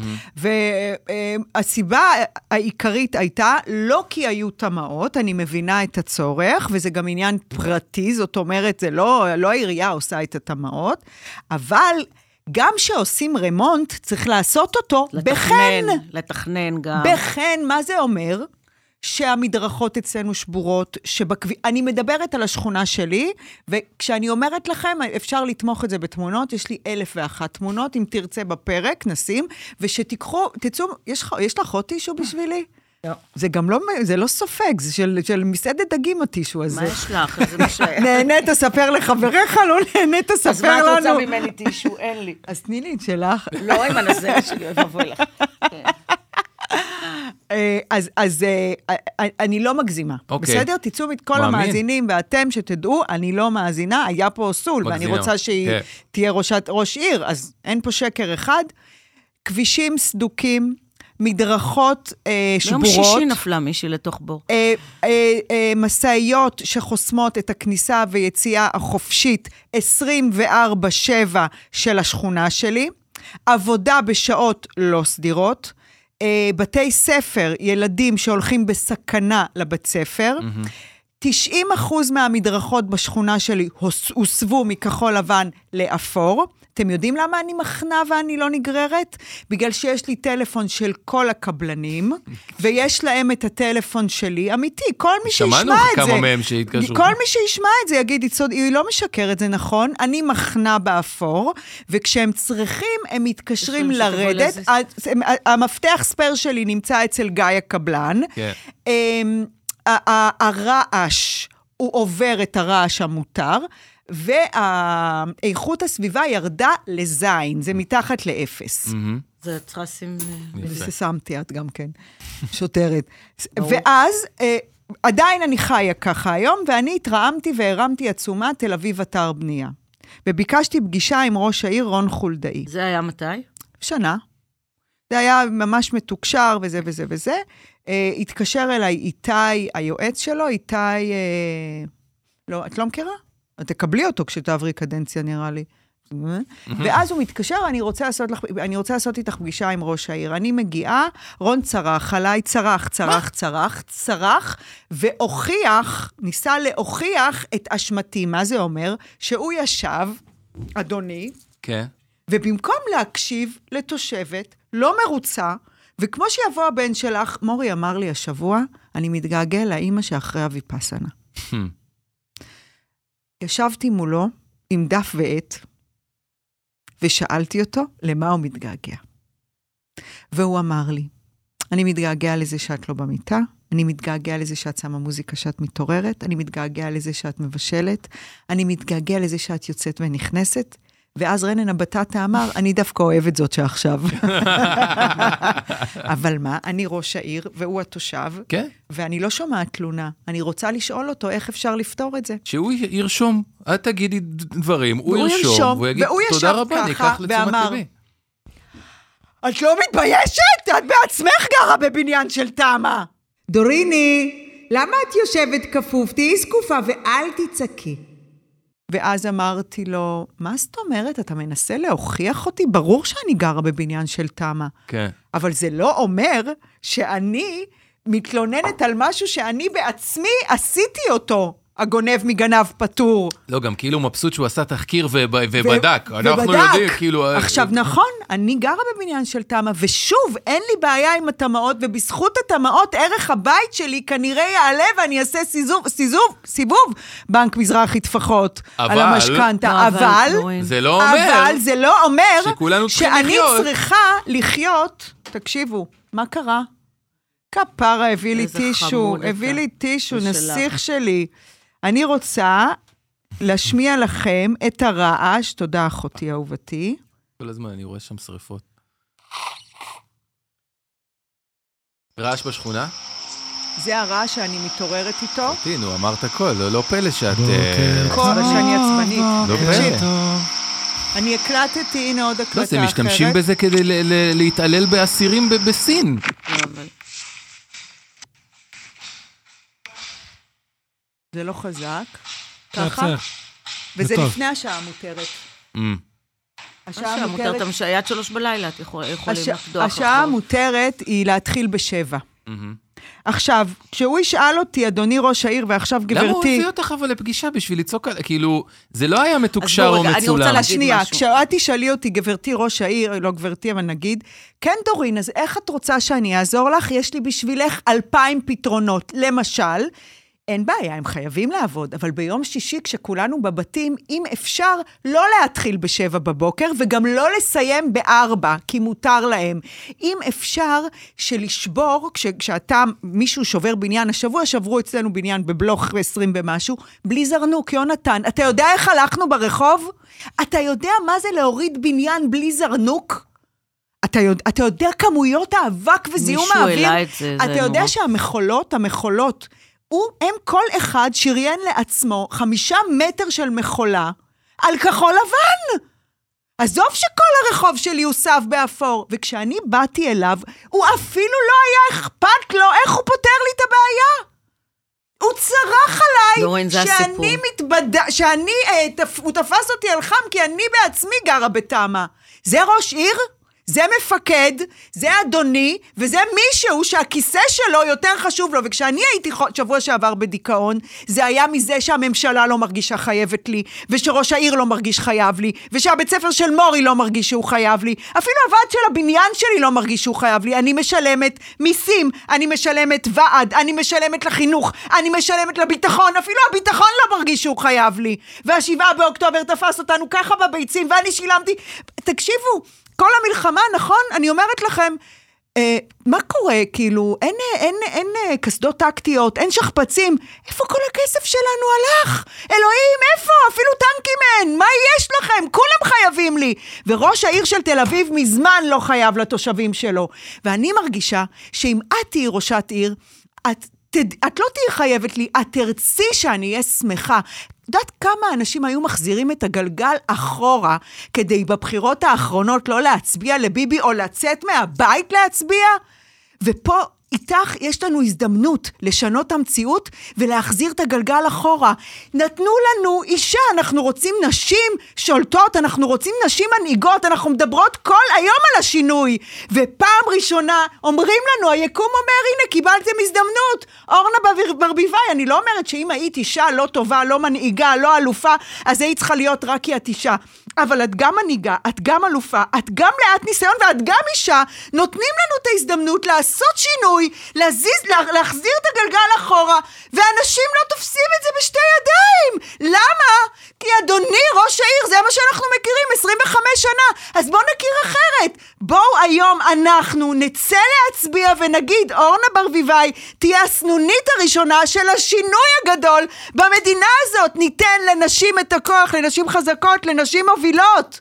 והסיבה העיקרית הייתה, לא כי היו תמאות, אני מבינה את הצורך, וזה גם עניין פרטי, זאת אומרת, זה לא, לא העירייה עושה את התמאות, אבל גם שעושים רמונט, צריך לעשות אותו בחן. לתכנן גם. בחן, מה זה אומר? שהמדרכות אצלנו שבורות, שבכביש, אני מדברת על השכונה שלי, וכשאני אומרת לכם, אפשר לתמוך את זה בתמונות, יש לי אלף ואחת תמונות, אם תרצה בפרק, נשים, ושתיקחו, תצאו, יש, יש לך עוד טישו בשבילי? לא. זה גם לא, זה לא סופג, זה של, של מסעדת דגים הטישו הזה. מה יש לך? זה מה ש... נהנית, תספר לחבריך, לא נהנית, תספר לנו. אז מה את רוצה ממני טישו? אין לי. אז תני לי את שלך. לא עם הנזר שלי, אוהב אבוי לך. אז, אז אני לא מגזימה. אוקיי. בסדר? תצאו מכל מאמין. המאזינים, ואתם שתדעו, אני לא מאזינה, היה פה סול, ואני מגזימה. רוצה שהיא כן. תהיה ראשת, ראש עיר, אז אין פה שקר אחד. כבישים סדוקים, מדרכות אה, שבורות. ביום שישי נפלה מישהי לתוך בור. אה, אה, אה, מסעיות שחוסמות את הכניסה ויציאה החופשית עשרים וארבע שבע של השכונה שלי, עבודה בשעות לא סדירות, אה, בתי ספר, ילדים שהולכים בסכנה לבית ספר, mm-hmm. תשעים אחוז מהמדרכות בשכונה שלי הוסבו מכחול לבן לאפור. אתם יודעים למה אני מחנה ואני לא נגררת? בגלל שיש לי טלפון של כל הקבלנים, ויש להם את הטלפון שלי, אמיתי, כל מי שישמע את זה. שמענו כמה מהם שהתקשרו. כל מי שישמע את זה יגיד, היא לא משקרת, זה נכון, אני מחנה באפור, וכשהם צריכים, הם מתקשרים לרדת, המפתח ספר שלי נמצא אצל גיא הקבלן, הרעש, הוא עובר את הרעש המותר, והאיכות הסביבה ירדה לזין, זה מתחת לאפס. זה צריכה לשים... זה שמתי את גם כן, שוטרת. ואז, עדיין אני חיה ככה היום, ואני התרעמתי והרמתי עצומה תל אביב אתר בנייה. וביקשתי פגישה עם ראש העיר רון חולדאי. זה היה מתי? שנה. זה היה ממש מתוקשר וזה וזה וזה. התקשר אליי איתי, היועץ שלו, איתי... לא, את לא מכירה? תקבלי אותו כשתעברי קדנציה, נראה לי. ואז הוא מתקשר, אני רוצה לעשות לך, אני רוצה לעשות איתך פגישה עם ראש העיר. אני מגיעה, רון צרח, עליי צרח, צרח, צרח, צרח, והוכיח, ניסה להוכיח את אשמתי. מה זה אומר? שהוא ישב, אדוני, כן. ובמקום להקשיב לתושבת, לא מרוצה, וכמו שיבוא הבן שלך, מורי אמר לי השבוע, אני מתגעגע לאמא שאחרי הויפסנה. ישבתי מולו עם דף ועט, ושאלתי אותו למה הוא מתגעגע. והוא אמר לי, אני מתגעגע לזה שאת לא במיטה, אני מתגעגע לזה שאת שמה מוזיקה שאת מתעוררת, אני מתגעגע לזה שאת מבשלת, אני מתגעגע לזה שאת יוצאת ונכנסת, ואז רנן הבטטה אמר, אני דווקא אוהבת זאת שעכשיו. אבל מה, אני ראש העיר, והוא התושב, כן. ואני לא שומעת תלונה. אני רוצה לשאול אותו איך אפשר לפתור את זה. שהוא ירשום, את תגידי דברים, הוא ירשום, והוא יגיד, תודה רבה, אני אקח לתשומת ליבי. את לא מתביישת? את בעצמך גרה בבניין של תמה. דוריני, למה את יושבת כפוף? תהי זקופה ואל תצעקי. ואז אמרתי לו, מה זאת אומרת? אתה מנסה להוכיח אותי? ברור שאני גרה בבניין של תמה. כן. אבל זה לא אומר שאני מתלוננת על משהו שאני בעצמי עשיתי אותו, הגונב מגנב פטור. לא, גם כאילו מבסוט שהוא עשה תחקיר ובדק. אנחנו יודעים, כאילו... עכשיו, נכון, אני גרה בבניין של תמה, ושוב, אין לי בעיה עם התמאות, ובזכות התמאות, ערך הבית שלי כנראה יעלה, ואני אעשה סיזוב, סיזוב, סיבוב, בנק מזרחי טפחות, על המשכנתה. אבל, זה לא אומר, אבל זה לא אומר, שכולנו צריכים שאני לחיות. צריכה לחיות, תקשיבו, מה קרה? כפרה הביא לי טישו, הביא לי טישו, נסיך שלי. אני רוצה להשמיע לכם את הרעש, תודה אחותי אהובתי. כל הזמן אני רואה שם שריפות. רעש בשכונה? זה הרעש שאני מתעוררת איתו. אותי, נו, אמרת הכל, לא פלא שאת... כל שאני עצבנית. לא פלא. אני הקלטתי, הנה עוד הקלטה אחרת. לא, זה משתמשים בזה כדי להתעלל באסירים בסין. זה לא חזק, ככה, וזה לפני השעה המותרת. השעה המותרת, היד שלוש בלילה, את יכולים לקדוח. השעה המותרת היא להתחיל בשבע. עכשיו, כשהוא ישאל אותי, אדוני ראש העיר, ועכשיו גברתי... למה הוא הביא אותך אבל לפגישה בשביל לצעוק על... כאילו, זה לא היה מתוקשר או מצולם. אני רוצה להשנייה, כשאת תשאלי אותי, גברתי ראש העיר, לא גברתי, אבל נגיד, כן דורין, אז איך את רוצה שאני אעזור לך? יש לי בשבילך אלפיים פתרונות. למשל, אין בעיה, הם חייבים לעבוד, אבל ביום שישי כשכולנו בבתים, אם אפשר לא להתחיל בשבע בבוקר, וגם לא לסיים בארבע, כי מותר להם. אם אפשר שלשבור, כש, כשאתה, מישהו שובר בניין, השבוע שברו אצלנו בניין בבלוך עשרים במשהו, בלי זרנוק, יונתן. אתה יודע איך הלכנו ברחוב? אתה יודע מה זה להוריד בניין בלי זרנוק? אתה יודע, אתה יודע כמויות האבק וזיהום האוויר? מישהו העלה את זה, אתה זה יודע נורא. שהמחולות, המחולות, הוא, הם כל אחד שריין לעצמו חמישה מטר של מחולה על כחול לבן. עזוב שכל הרחוב שלי הוסף באפור, וכשאני באתי אליו, הוא אפילו לא היה אכפת לו איך הוא פותר לי את הבעיה. הוא צרח עליי, דורין, זה שאני הסיפור. מתבד... שאני, אה, תפ... הוא תפס אותי על חם, כי אני בעצמי גרה בתמה. זה ראש עיר? זה מפקד, זה אדוני, וזה מישהו שהכיסא שלו יותר חשוב לו, וכשאני הייתי שבוע שעבר בדיכאון, זה היה מזה שהממשלה לא מרגישה חייבת לי, ושראש העיר לא מרגיש חייב לי, ושהבית ספר של מורי לא מרגיש שהוא חייב לי, אפילו הוועד של הבניין שלי לא מרגיש שהוא חייב לי, אני משלמת מיסים, אני משלמת ועד, אני משלמת לחינוך, אני משלמת לביטחון, אפילו הביטחון לא מרגיש שהוא חייב לי, והשבעה באוקטובר תפס אותנו ככה בביצים, ואני שילמתי, תקשיבו, כל המלחמה, נכון? אני אומרת לכם, אה, מה קורה? כאילו, אין, אין, אין, אין כסדות טקטיות, אין שכפצים. איפה כל הכסף שלנו הלך? אלוהים, איפה? אפילו טנקים אין. מה יש לכם? כולם חייבים לי. וראש העיר של תל אביב מזמן לא חייב לתושבים שלו. ואני מרגישה שאם את תהיי ראשת עיר, את, את לא תהיי חייבת לי, את תרצי שאני אהיה שמחה. יודעת כמה אנשים היו מחזירים את הגלגל אחורה, כדי בבחירות האחרונות לא להצביע לביבי, או לצאת מהבית להצביע? ופה איתך יש לנו הזדמנות לשנות המציאות, ולהחזיר את הגלגל אחורה. נתנו לנו אישה, אנחנו רוצים נשים שולטות, אנחנו רוצים נשים מנהיגות, אנחנו מדברות כל היום על השינוי, ופעם ראשונה אומרים לנו, היקום אומר, הנה קיבלתם הזדמנות, אורנה ברביבאי, אני לא אומרת שאם היית אישה לא טובה, לא מנהיגה, לא אלופה, אז היית צריכה להיות רק כי את אישה, אבל את גם מנהיגה, את גם אלופה, את גם לאט ניסיון, ואת גם אישה, נותנים לנו את ההזדמנות לעשות שינוי, להזיז, לה, להחזיר את הגלגל אחורה, ואנשים לא תופסים את זה בשתי ידיים. למה? כי אדוני ראש העיר, זה מה שאנחנו מכירים עשרים וחמש שנה, אז בואו נכיר אחרת. בואו היום אנחנו נצא להצביע ונגיד, אורנה ברביבאי תהיה הסנונית הראשונה של השינוי הגדול במדינה הזאת. ניתן לנשים את הכוח, לנשים חזקות, לנשים מובילות.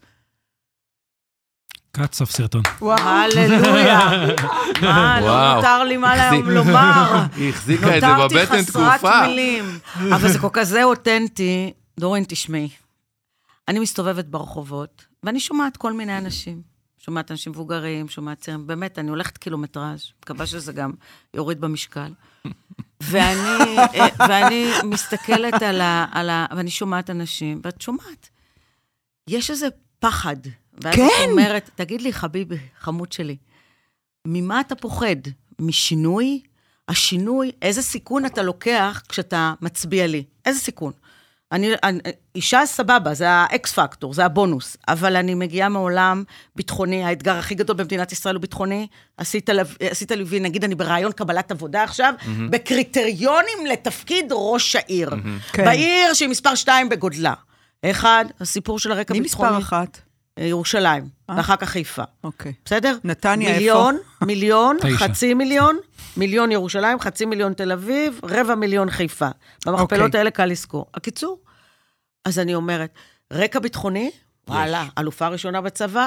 קאט סוף סרטון. הללויה. מה, לא נותר לי מה להם לומר. היא החזיקה את זה בבטן תקופה. נותרתי חסרת מילים. אבל זה כל כזה אותנטי. דורין, תשמעי. אני מסתובבת ברחובות, ואני שומעת כל מיני אנשים. שומעת אנשים מבוגרים, שומעת צעירים. באמת, אני הולכת קילומטראז', מקווה שזה גם יוריד במשקל. ואני, ואני מסתכלת על ה, על ה, ואני שומעת אנשים, ואת שומעת. יש איזה פחד. ואז כן. את אומרת, תגיד לי, חביבי, חמוד שלי, ממה אתה פוחד? משינוי? השינוי, איזה סיכון אתה לוקח כשאתה מצביע לי? איזה סיכון? אני, אני, אישה סבבה, זה האקס פקטור, זה הבונוס, אבל אני מגיעה מעולם ביטחוני, האתגר הכי גדול במדינת ישראל הוא ביטחוני, עשית, עשית לי, נגיד אני ברעיון קבלת עבודה עכשיו, mm-hmm. בקריטריונים לתפקיד ראש העיר, mm-hmm. כן. בעיר שהיא מספר שתיים בגודלה. אחד, הסיפור של הרקע ביטחוני. מי מספר אחת? ירושלים, ואחר כך חיפה. אוקיי. בסדר? נתניה מיליון, איפה? מיליון, חצי מיליון, מיליון ירושלים, חצי מיליון תל אביב, רבע מיליון חיפה. במכפלות האלה קל לזכור. הקיצור, אז אני אומרת, רקע ביטחוני, וואלה, אלופה ראשונה בצבא,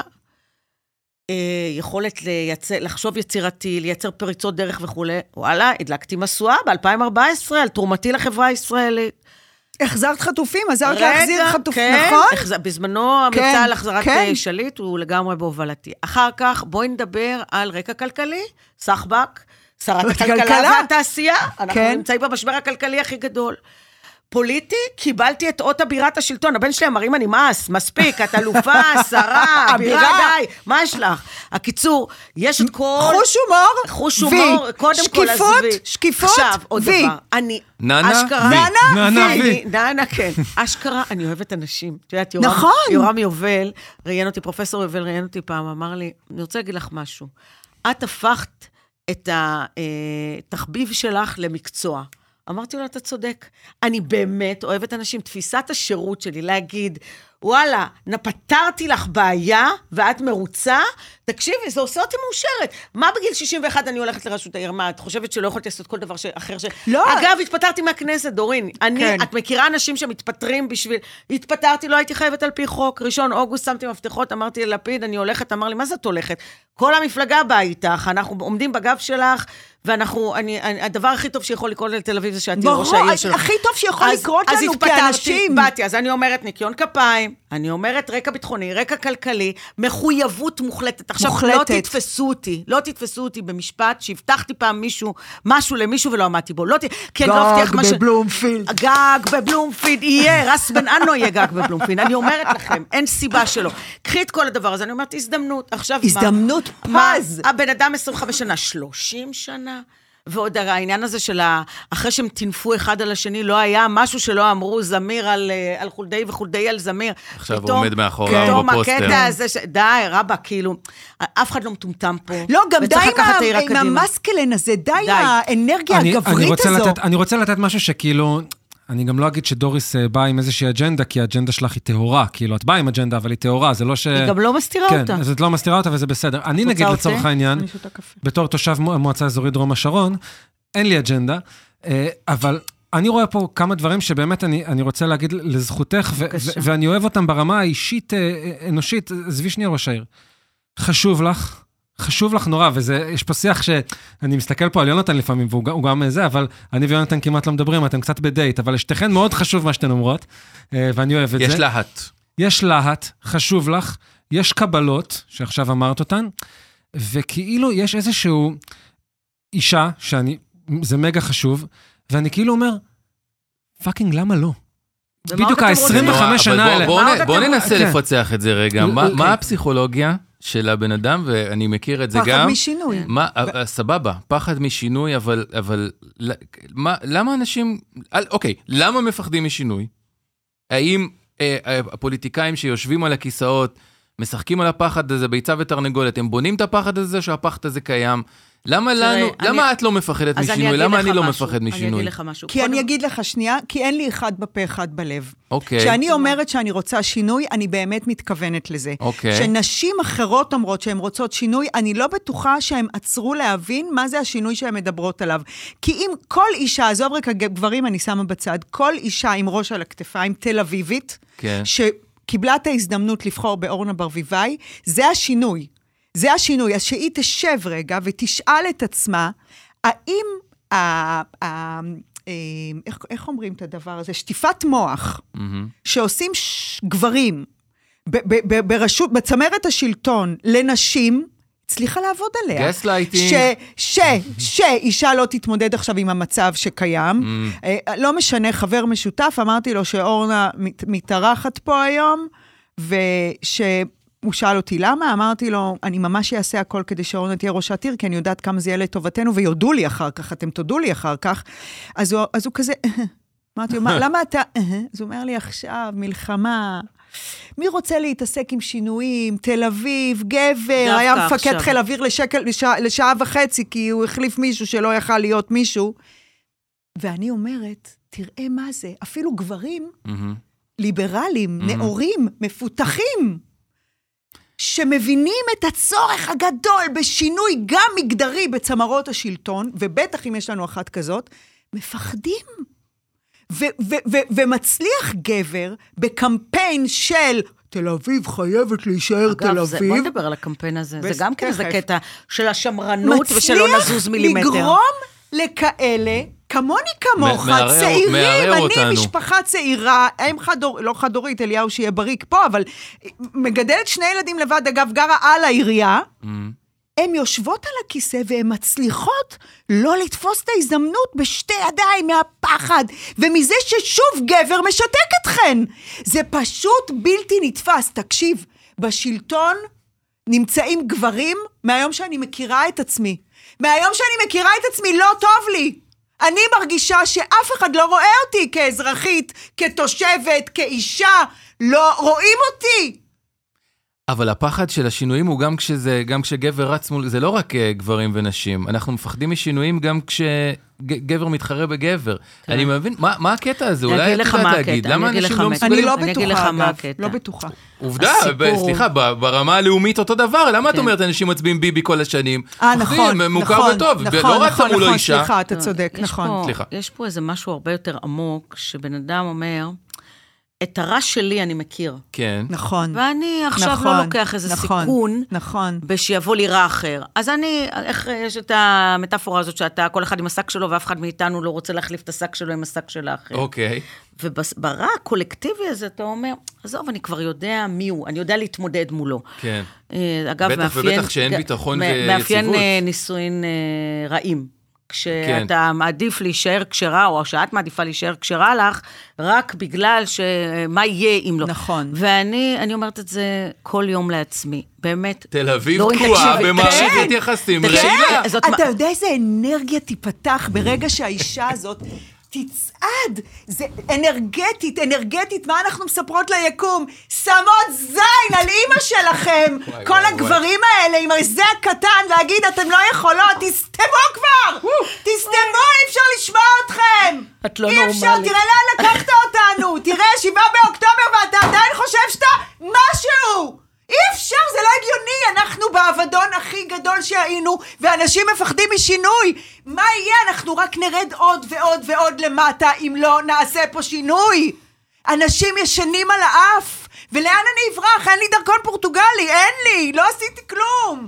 יכולת לחשוב יצירתי, לייצר פריצות דרך וכו', וואלה, הדלקתי מסועה ב-אלפיים וארבע עשרה, על תרומתי לחברה הישראלית. החזרת חטופים, עזרת להחזיר חטופים, כן, נכון? החז... בזמנו כן, המבצע על החזרת כן. שליט הוא לגמרי בהובלתי. אחר כך בואי נדבר על רקע כלכלי, סחבק, שרת הכלכלה והתעשייה, אנחנו כן. נמצאים במשבר הכלכלי הכי גדול. פוליטי, קיבלתי את אות אבירת השלטון, הבן שלי אמרים אני מס, מספיק, את אלופה, שרה, אבירה, די, מה יש לך? הקיצור, יש את כל... חוש הומור, חוש הומור, קודם כל עזבי. שקיפות, שקיפות, עכשיו, עוד וי. דבר, אני, ננה, אשכרה, וי. ננה, ננה, וי. וי. ננה, כן, אשכרה, אני אוהבת אנשים, את יודעת, יורם, נכון. יורם יובל, ראיין אותי, פרופסור יובל ראיין אותי פעם, אמר לי, אני רוצה להגיד לך משהו, את הפכת את התחביב שלך למקצוע, אמרתי לו, אתה צודק. אני באמת אוהבת אנשים, תפיסת השירות שלי, להגיד, וואלה, נפתרתי לך בעיה, ואת מרוצה, תקשיבי, זה עושה אותי מאושרת. מה בגיל שישים ואחת אני הולכת לרשות העיר? מה, את חושבת שלא יכולתי לעשות כל דבר אחר ש... לא. אגב, התפטרתי מהכנסת, דורין. אני, כן. את מכירה אנשים שמתפטרים בשביל... התפטרתי, לא הייתי חייבת על פי חוק. ראשון אוגוסט שמתי מפתחות, אמרתי ללפיד, אני הולכת, אמר לי, מה זאת הולכת? כל המפלגה באה איתך, אנחנו עומדים בגב שלך, ואנחנו, אני, אני, הדבר הכי טוב שיכול לקרות לתל אביב זה שאת תהיי ראש העיר שלך. הכי טוב שיכול אז, לקרות אז לנו התפטרתי, כאנשים. באתי, אז אני אומרת ניקיון כפיים, אני אומרת רקע ביטחוני, רקע כלכלי, מחויבות מוחלטת. עכשיו, מוחלטת. לא תתפסו אותי, לא תתפסו אותי במשפט, שהבטחתי פעם מישהו, משהו למישהו ולא עמדתי בו. לא ת... כן, לא הבטיח גג מה ש... בבלומפילד. גג בבלומפילד, יהיה, רס בן אנו יהיה גג בבלומפילד. אני אומרת לכם, אין סיבה שלא. קחי את כל הדבר הזה, אני אומרת, הזדמנות. עכשיו הזדמנות מה? פז. הבן אדם עשרים וחמש שנה, שלושים שנה, ועוד העניין הזה של אחרי שהם תנפו אחד על השני, לא היה משהו שלא אמרו זמיר על, על חולדאי וחולדאי על זמיר. עכשיו פתאום, עומד מאחוריו פתאום בפוסטר. הקטע הזה, ש... די, רבא, כאילו, אף אחד לא מטומטם פה. לא, גם די לקחת את העיר עם הקדימה. המסקלן הזה, די די. האנרגיה אני- אני הגברית רוצה הזו. לתת- אני רוצה לתת משהו שכאילו, אני גם לא אגיד שדוריס אה, באה עם איזושהי אג'נדה, כי האג'נדה שלך היא טהורה, כאילו, את באה עם אג'נדה, אבל היא טהורה, זה לא ש... היא גם לא מסתירה כן, אותה. אז את לא מסתירה אותה וזה בסדר. אני רוצה נגיד אותי? לצורך העניין, אני שותה קפה. בתור תושב מו- המועצה האזורית דרום השרון, אין לי אג'נדה, אה, אבל אני רואה פה כמה דברים שבאמת אני, אני רוצה להגיד לזכותך, ו- בבקשה. ו- ואני אוהב אותם ברמה האישית, אה, אה, אנושית, עזבי שנייה ראש העיר. חשוב לך, חשוב לך נורא, וזה, יש פה שיח שאני מסתכל פה על יונתן לפעמים, והוא גם- הוא גם זה, אבל אני ויונתן כמעט לא מדברים, אתם קצת בדייט, אבל לשתיכן מאוד חשוב מה שאתן אומרות, אה, ואני אוהב את זה. יש להט. יש להט, חשוב לך, יש קבלות, שעכשיו אמרת אותן, וכאילו יש איזשהו אישה, שאני, זה מגה חשוב, ואני כאילו אומר, פאקינג, למה לא? ומה בדיוק עוד אתם רוצים? ה-עשרים וחמש אבל שנה בוא- האלה. בוא מה נ- עוד בוא אתם- ננסה כן. לפצח את זה רגע. מה- כן. מה הפסיכולוגיה של הבן אדם, ואני מכיר את זה פחד גם. משינוי. מה, אה, סבבה, פחד משינוי, אבל, אבל, ל- מה, למה אנשים, אל- אוקיי, למה מפחדים משינוי? האם אה, אה, הפוליטיקאים שיושבים על הכיסאות, משחקים על הפחד הזה, ביצה ותרנגולת, הם בונים את הפחד הזה, שהפחד הזה קיים? למה תראה, לנו, אני- למה את לא מפחדת אז אני משינוי? אגיד למה לך אני לא משהו, מפחד אני משינוי? אגיד לך משהו. כי קודם- אני אגיד לך שנייה, כי אין לי אחד בפה אחד בלב. אוקיי, כשאני אומרת שאני רוצה שינוי, אני באמת מתכוונת לזה. אוקיי. כשנשים אחרות אומרות שהן רוצות שינוי, אני לא בטוחה שהן עצרו להבין מה זה השינוי שהן מדברות עליו. כי אם כל אישה, עזוב רק הגברים, אני שמה בצד, כל אישה עם ראש על הכתפיים, תל אביבית, כן. שקיבלה את ההזדמנות לבחור באורנה ברביבאי, זה השינוי. זה השינוי. אז שהיא תשב רגע ותשאל את עצמה, האם, ה, ה, איך, איך אומרים את הדבר הזה? שטיפת מוח, מהמם. שעושים ש... גברים ב- ב- ב- ברשות, בצמרת השלטון לנשים, הצליחה לעבוד עליה. גסלייטינג. ש, ש, שאישה לא תתמודד עכשיו עם המצב שקיים. Mm. אה, לא משנה, חבר משותף, אמרתי לו שאורנה מת, מתארחת פה היום, ושהוא שאל אותי למה, אמרתי לו, אני ממש אעשה הכל כדי שאורנה תהיה ראשת עיר, כי אני יודעת כמה זה יהיה לטובתנו, ויודו לי אחר כך, אתם תודו לי אחר כך. אז הוא, אז הוא כזה, אמרתי לו, "מה, למה אתה, אז הוא אומר לי עכשיו, מלחמה, מי רוצה להתעסק עם שינויים? תל אביב, גבר, היה מפקד עכשיו. חיל אוויר לשקל, לשעה, לשעה וחצי, כי הוא החליף מישהו שלא יכל להיות מישהו. ואני אומרת, תראה מה זה, אפילו גברים מהמם. ליברלים, נאורים, מפותחים, שמבינים את הצורך הגדול בשינוי גם מגדרי בצמרות השלטון, ובטח אם יש לנו אחת כזאת, מפחדים. ו- ו- ו- ומצליח גבר בקמפיין של תל אביב חייבת להישאר תל אגב, זה- בוא אביב, נדבר על הקמפיין הזה. בס- זה גם כן, זה תכף. קטע של השמרנות ושלא נזוז מילימטר. מצליח לגרום לכאלה, כמוני כמוך, מ- מערער- צעירים, מערער אני אותנו. משפחה צעירה, אם חדור, לא חדורית, אליהו שיהיה בריק פה, אבל מגדלת שני ילדים לבד, אגב, גרה על העירייה, מהמם. הן יושבות על הכיסא והן מצליחות לא לתפוס את ההזדמנות בשתי ידיים מהפחד, ומזה ששוב גבר משתק אתכן. זה פשוט בלתי נתפס. תקשיב, בשלטון נמצאים גברים מהיום שאני מכירה את עצמי. מהיום שאני מכירה את עצמי לא טוב לי. אני מרגישה שאף אחד לא רואה אותי כאזרחית, כתושבת, כאישה, לא רואים אותי. אבל הפחד של השינויים הוא גם כשזה, גם כשגבר רץ מול, זה לא רק גברים ונשים, אנחנו מפחדים משינויים גם כשגבר מתחרה בגבר. אני מבין, מה, מה הקטע הזה? אולי את יודעת להגיד, למה אנשים לא מסוגלים? אני לא בטוחה, אגב, לא בטוחה. עובדה, סליחה, ברמה הלאומית אותו דבר, למה את אומרת אנשים מצביעים ביבי כל השנים? אה, נכון, נכון, לא רק תמו לו אישה. סליחה, אתה צודק, נכון. יש פה איזה משהו הרבה יותר עמוק, שבן אדם אומר, את הרע שלי אני מכיר. כן. נכון. ואני עכשיו נכון, לא לוקח איזה נכון, סיכון, נכון. בשיבוא לי רע אחר. אז אני, איך יש את המטאפורה הזאת שאתה, כל אחד עם השק שלו, ואף אחד מאיתנו לא רוצה להחליף את השק שלו עם השק של האחר. אוקיי. וברע הקולקטיבי הזה, אתה אומר, עזוב, אני כבר יודע מי הוא, אני יודע להתמודד מולו. כן. אגב, בטח מאפיין... ובטח שאין ביטחון ויציבות. מאפיין נישואין רעים. כשאתה מעדיף להישאר כשרה, או שאת מעדיפה להישאר כשרה לך, רק בגלל שמה יהיה אם לא. נכון. ואני אני אומרת את זה כל יום לעצמי, באמת. תל אביב תקועה במערכת יחסים רעילה. אתה יודע איזה אנרגיה תיפתח ברגע שהאישה הזאת תצעד, זה אנרגטית, אנרגטית, מה אנחנו מספרות ליקום? שמות זין על אמא שלכם, כל הגברים האלה עם הזה הקטן, להגיד אתם לא יכולות, תסתמו כבר, תסתמו, אי אפשר לשמוע אתכם, את לא אי נורמלית. אפשר, תראה לאן לקחת אותנו, תראה, שבעה באוקטובר ואתה עדיין חושב שאתה משהו, אי אפשר, זה לא הגיוני, אנחנו בעבדון הכי גדול שהיינו, ואנשים מפחדים משינוי. מה יהיה? אנחנו רק נרד עוד ועוד ועוד למטה, אם לא נעשה פה שינוי. אנשים ישנים על האף, ולאן אני אברח? אין לי דרכון פורטוגלי, אין לי, לא עשיתי כלום.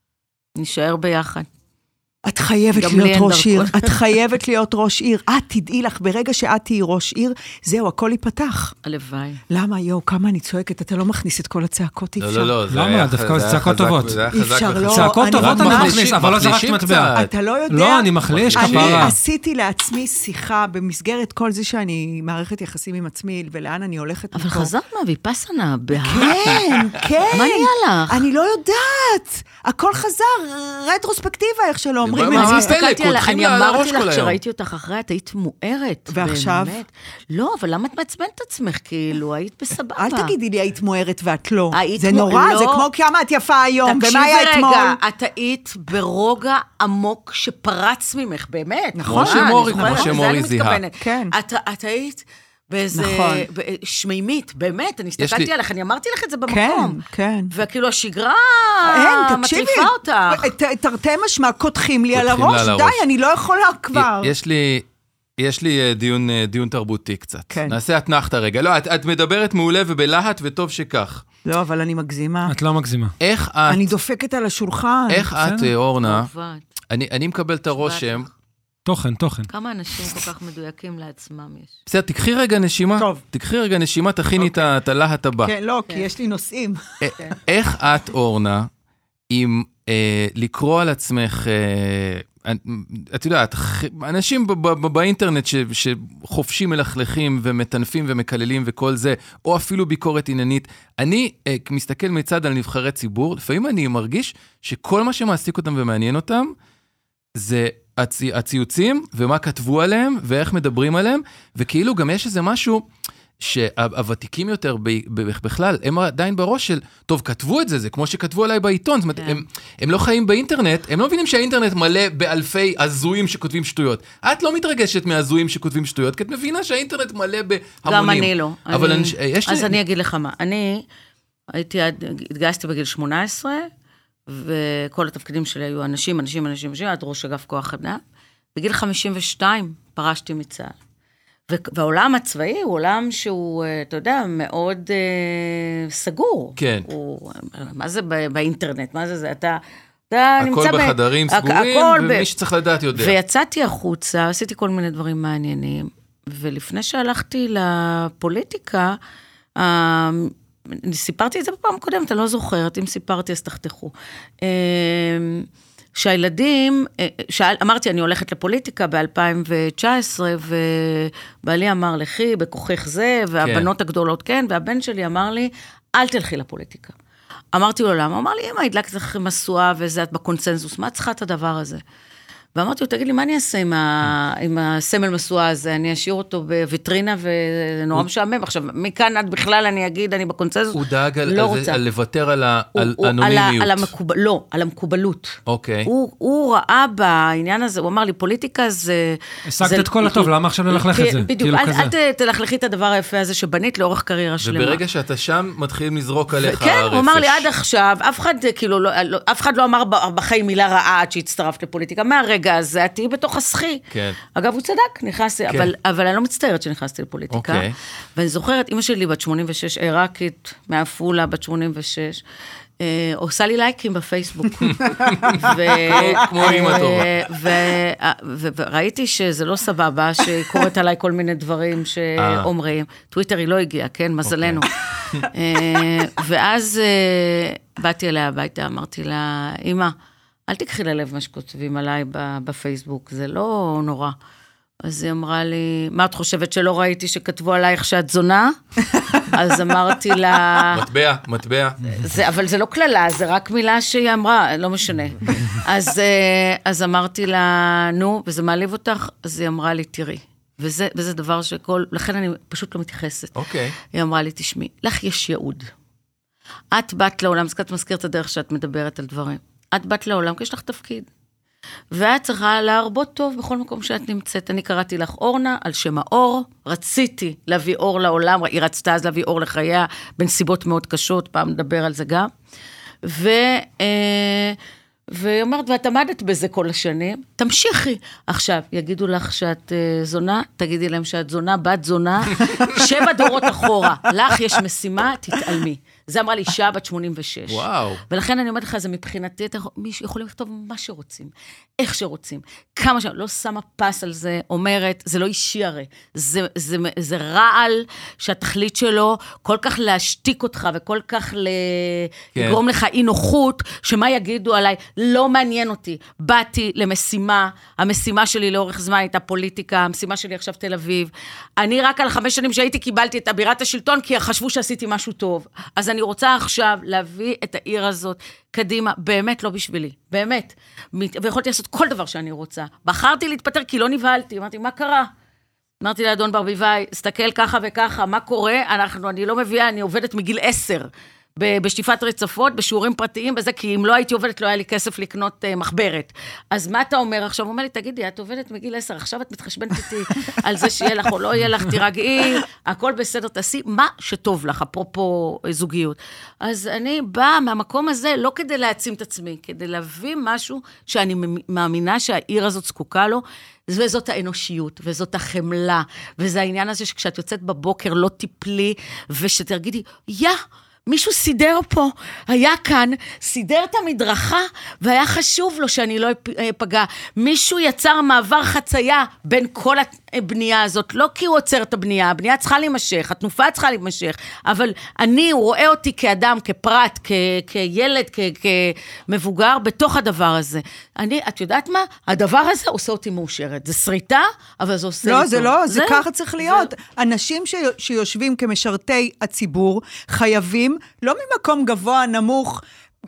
נשאר ביחד. את חייבת להיות ראש עיר, את חייבת להיות ראש עיר. את תדעי לך, ברגע שאת תהיי ראש עיר, זהו, הכל ייפתח. הלוואי. למה, יו, כמה אני צועקת, אתה לא מכניס את כל הצעקות, אי אפשר. לא, לא, לא. למה? דווקא זה צעקות טובות. אי אפשר, לא. צעקות טובות אני מכניס, אבל לא זרקת מטבע. אתה לא יודע. לא, אני מחליש כפרה. אני עשיתי לעצמי שיחה, במסגרת כל זה שאני מערכת יחסים עם עצמי, ולאן אני הולכת. אבל חזרת מהוויפאסנה, כן, כן. מה נהיה לך? אני לא יודעת. הכל חזר, רטרוספקטיבה, איך שלא אומרים. מה הסתכלתי עליך, אני אמרתי לך, כשראיתי אותך אחרי, את היית מוארת. ועכשיו? לא, אבל למה את מעצבנת את עצמך? כאילו, היית בסבבה. אל תגידי לי, היית מוארת ואת לא. היית זה מו- נורא, לא. זה כמו כמה את יפה היום, ומה היה תקשיבי אתמול? רגע, את היית ברוגע עמוק שפרץ ממך, באמת. נכון, אה, שמורי, אני זוכרת, כמו לזה שמורי אני זיהה. מתכוונת. כן. את, את היית באיזה נכון. שמימית, באמת, אני הסתכלתי לי- עליך, אני אמרתי לך את זה כן, במקום. כן. וכאילו השגרה אין, תקשיבי, מטריפה אותך. ת- תרתי משמע, קותחים לי על קודחים לה הראש, על הראש. די, אני לא יכולה כבר. יש לי, יש לי אה, דיון, אה, דיון תרבותי קצת. כן. נעשה אתנחתא רגע. לא, את, את מדברת מעולה ובלהט וטוב שכך. לא, אבל אני מגזימה. את לא מגזימה. איך את, אני דופקת על השולחן. איך את, בסדר. אה, אורנה, טובת. אני, אני מקבל את הרושם, תוכן, תוכן. כמה אנשים כל כך מדויקים לעצמם יש. בסדר, תקחי רגע נשימה, טוב. תקחי רגע נשימה, תכיני את ה- את הלהט הבא. כן, לא, כי יש לי נושאים. א- איך את, אורנה, עם אה, לקרוא על עצמך, אה, את יודעת, ח- אנשים ב- ב- באינטרנט ש- שחופשים מלכלכים ומטנפים ומקללים וכל זה, או אפילו ביקורת עניינית, אני אה, מסתכל מצד על נבחרי ציבור, לפעמים אני מרגיש שכל מה שמעסיק אותם ומעניין אותם, זה הצי, הציוצים ומה כתבו עליהם ואיך מדברים עליהם, וכאילו גם יש איזה משהו שהוותיקים יותר ב, ב, בכלל, הם עדיין בראש של, טוב, כתבו את זה, זה כמו שכתבו עליי בעיתון, זאת אומרת, הם, הם לא חיים באינטרנט, הם לא מבינים שהאינטרנט מלא באלפי הזויים שכותבים שטויות. את לא מתרגשת מהזויים שכותבים שטויות, כי את מבינה שהאינטרנט מלא בהמונים. גם אני לא. אבל אני, אני, יש אז לי... אני אגיד לך מה, אני הייתי, התגייסתי בגיל שמונה עשרה, וכל התפקידים שלי היו אנשים, אנשים, אנשים, אנשים, עד ראש אגף כוח אדם. בגיל חמישים ושתיים פרשתי מצה"ל. והעולם הצבאי הוא עולם שהוא, אתה יודע, מאוד אה, סגור. כן. הוא, מה זה באינטרנט? מה זה זה? אתה, אתה הכל נמצא בחדרים ב... סגורים, הכל ומי ב... שצריך לדעת יודע. ויצאתי החוצה, עשיתי כל מיני דברים מעניינים, ולפני שהלכתי לפוליטיקה, אה, סיפרתי את זה בפעם קודמת, אני לא זוכרת, אם סיפרתי אז תחתכו. אה, שהילדים, שאל, אמרתי, אני הולכת לפוליטיקה ב-אלפיים תשע עשרה, ובעלי אמר לכי, בכוחך זה, והבנות כן. הגדולות כן, והבן שלי אמר לי, אל תלכי לפוליטיקה. אמרתי לו למה, הוא אמר לי, אמא, הדלקת לך משואה וזה, את בקונצנזוס, מה צריכה את הדבר הזה? ואמרתי לו, תגיד לי, מה אני אעשה עם, ה... עם הסמל מסועה הזה? אני אשאיר אותו בוויטרינה, וזה נורא הוא... משעמם. עכשיו, מכאן עד בכלל אני אגיד, אני בקונצנזוס, הוא דאג על, לא על, רוצה. על לוותר על האנונימיות. על, על המקוב... לא, על המקובלות. אוקיי. הוא, הוא ראה בעניין הזה, הוא אמר לי, פוליטיקה זה... השגת את כל הטוב, למה עכשיו ללכלך את זה? בדיוק, אל תלכלכי את הדבר היפה הזה שבנית לאורך קריירה שלמה. וברגע שאתה שם, מתחילים לזרוק עליך הרפש. כן, הוא אמר לי, עד עכשיו, אף אחד, כאילו, אף אחד לא אמר בחיים מילה רעה עד שהצטרפת לפוליטיקה. מהרגע הזה, תהי בתוך הסחי. כן. אגב, הוא צדק, נכנסתי, אבל, אבל אני לא מצטערת שנכנסתי לפוליטיקה. אוקיי. ואני זוכרת, אמא שלי בת שמונים ושש, עיראקית, מעפולה, בת שמונים ושש, אה, עושה לי לייקים בפייסבוק. כמו אמא טובה. וראיתי שזה לא סבבה, שהיא קוראת עליי כל מיני דברים שאומרים. טוויטר היא לא הגיעה, כן? מזלנו. ואז באתי אליה הביתה, אמרתי לה, אמא, אל תקחי ללב מה שכותבים עליי בפייסבוק, זה לא נורא. אז היא אמרה לי, מה את חושבת שלא ראיתי שכתבו עלייך שאת זונה? אז אמרתי לה... מטבע, מטבע. זה, אבל זה לא כללה, זה רק מילה שהיא אמרה, לא משנה. אז, אז אמרתי לה, נו, וזה מעליב אותך? אז היא אמרה לי, תראי. וזה, וזה דבר שכל, לכן אני פשוט לא מתייחסת. אוקיי. היא אמרה לי, תשמעי, לך יש ייעוד. את באת לעולם, זה קצת מזכיר את הדרך שאת מדברת על דברים. את באת לעולם, כי יש לך תפקיד. ואת צריכה להרבות טוב בכל מקום שאת נמצאת. אני קראתי לך אורנה, על שם האור. רציתי להביא אור לעולם, היא רצתה אז להביא אור לחייה, בנסיבות מאוד קשות, פעם נדבר על זה גם. ו... והיא אומרת, ואת עמדת בזה כל השנים, תמשיכי. עכשיו, יגידו לך שאת uh, זונה, תגידי להם שאת זונה, בת זונה, שבע דורות אחורה, לך יש משימה, תתעלמי. זה אמרה לי אישה בת שמונים ושש. וואו. ולכן אני אומרת לך, זה מבחינתי, מי יכולים לכתוב מה שרוצים, איך שרוצים, כמה ש... לא שמה פס על זה, אומרת, זה לא אישי הרי, זה, זה, זה רעל שהתכלית שלו, כל כך להשתיק אותך, וכל כך לגרום לך אי נוחות, שמה יגידו עליי, לא מעניין אותי, באתי למשימה, המשימה שלי לאורך זמן הייתה פוליטיקה, המשימה שלי עכשיו תל אביב, אני רק על חמש שנים שהייתי קיבלתי את אבירת השלטון, כי חשבו שעשיתי משהו טוב, אז אני רוצה עכשיו להביא את העיר הזאת קדימה, באמת לא בשבילי, באמת, ויכולתי לעשות כל דבר שאני רוצה, בחרתי להתפטר כי לא נבהלתי, אמרתי, מה קרה? אמרתי לאדון ברביבאי, סתכל ככה וככה, מה קורה? אנחנו, אני לא מביאה, אני עובדת מגיל עשר, בשטיפת רצפות, בשיעורים פרטיים, בזה, כי אם לא הייתי עובדת, לא היה לי כסף לקנות uh, מחברת. אז מה אתה אומר עכשיו? הוא אומר לי, תגידי, את עובדת מגיל עשר, עכשיו את מתחשבנת איתי על זה שיהיה לך או לא יהיה לך, תירגעי, הכל בסדר, תעשי מה שטוב לך, אפרופו זוגיות. אז אני באה מהמקום הזה, לא כדי להעצים את עצמי, כדי להביא משהו שאני מאמינה שהעיר הזאת זקוקה לו, וזאת האנושיות, וזאת החמלה, וזה העניין הזה שכשאת יוצאת בבוקר לא תיפלי, ושתרגידי, יא, מישהו סידר פה, היה כאן, סידר את המדרכה, והיה חשוב לו שאני לא אפגע. מישהו יצר מעבר חצייה בין כל הבנייה הזאת, לא כי הוא עוצר את הבנייה, הבנייה צריכה להימשך, התנופה צריכה להימשך, אבל אני, הוא רואה אותי כאדם, כפרט, כ- כילד, כ- כמבוגר, בתוך הדבר הזה. אני, את יודעת מה? הדבר הזה עושה אותי מאושרת. זה שריטה, אבל זה עושה לא, איתו. זה לא, זה, זה ככה צריך זה... להיות. אנשים ש- שיושבים כמשרתי הציבור, חייבים, לא ממקום גבוה, נמוך,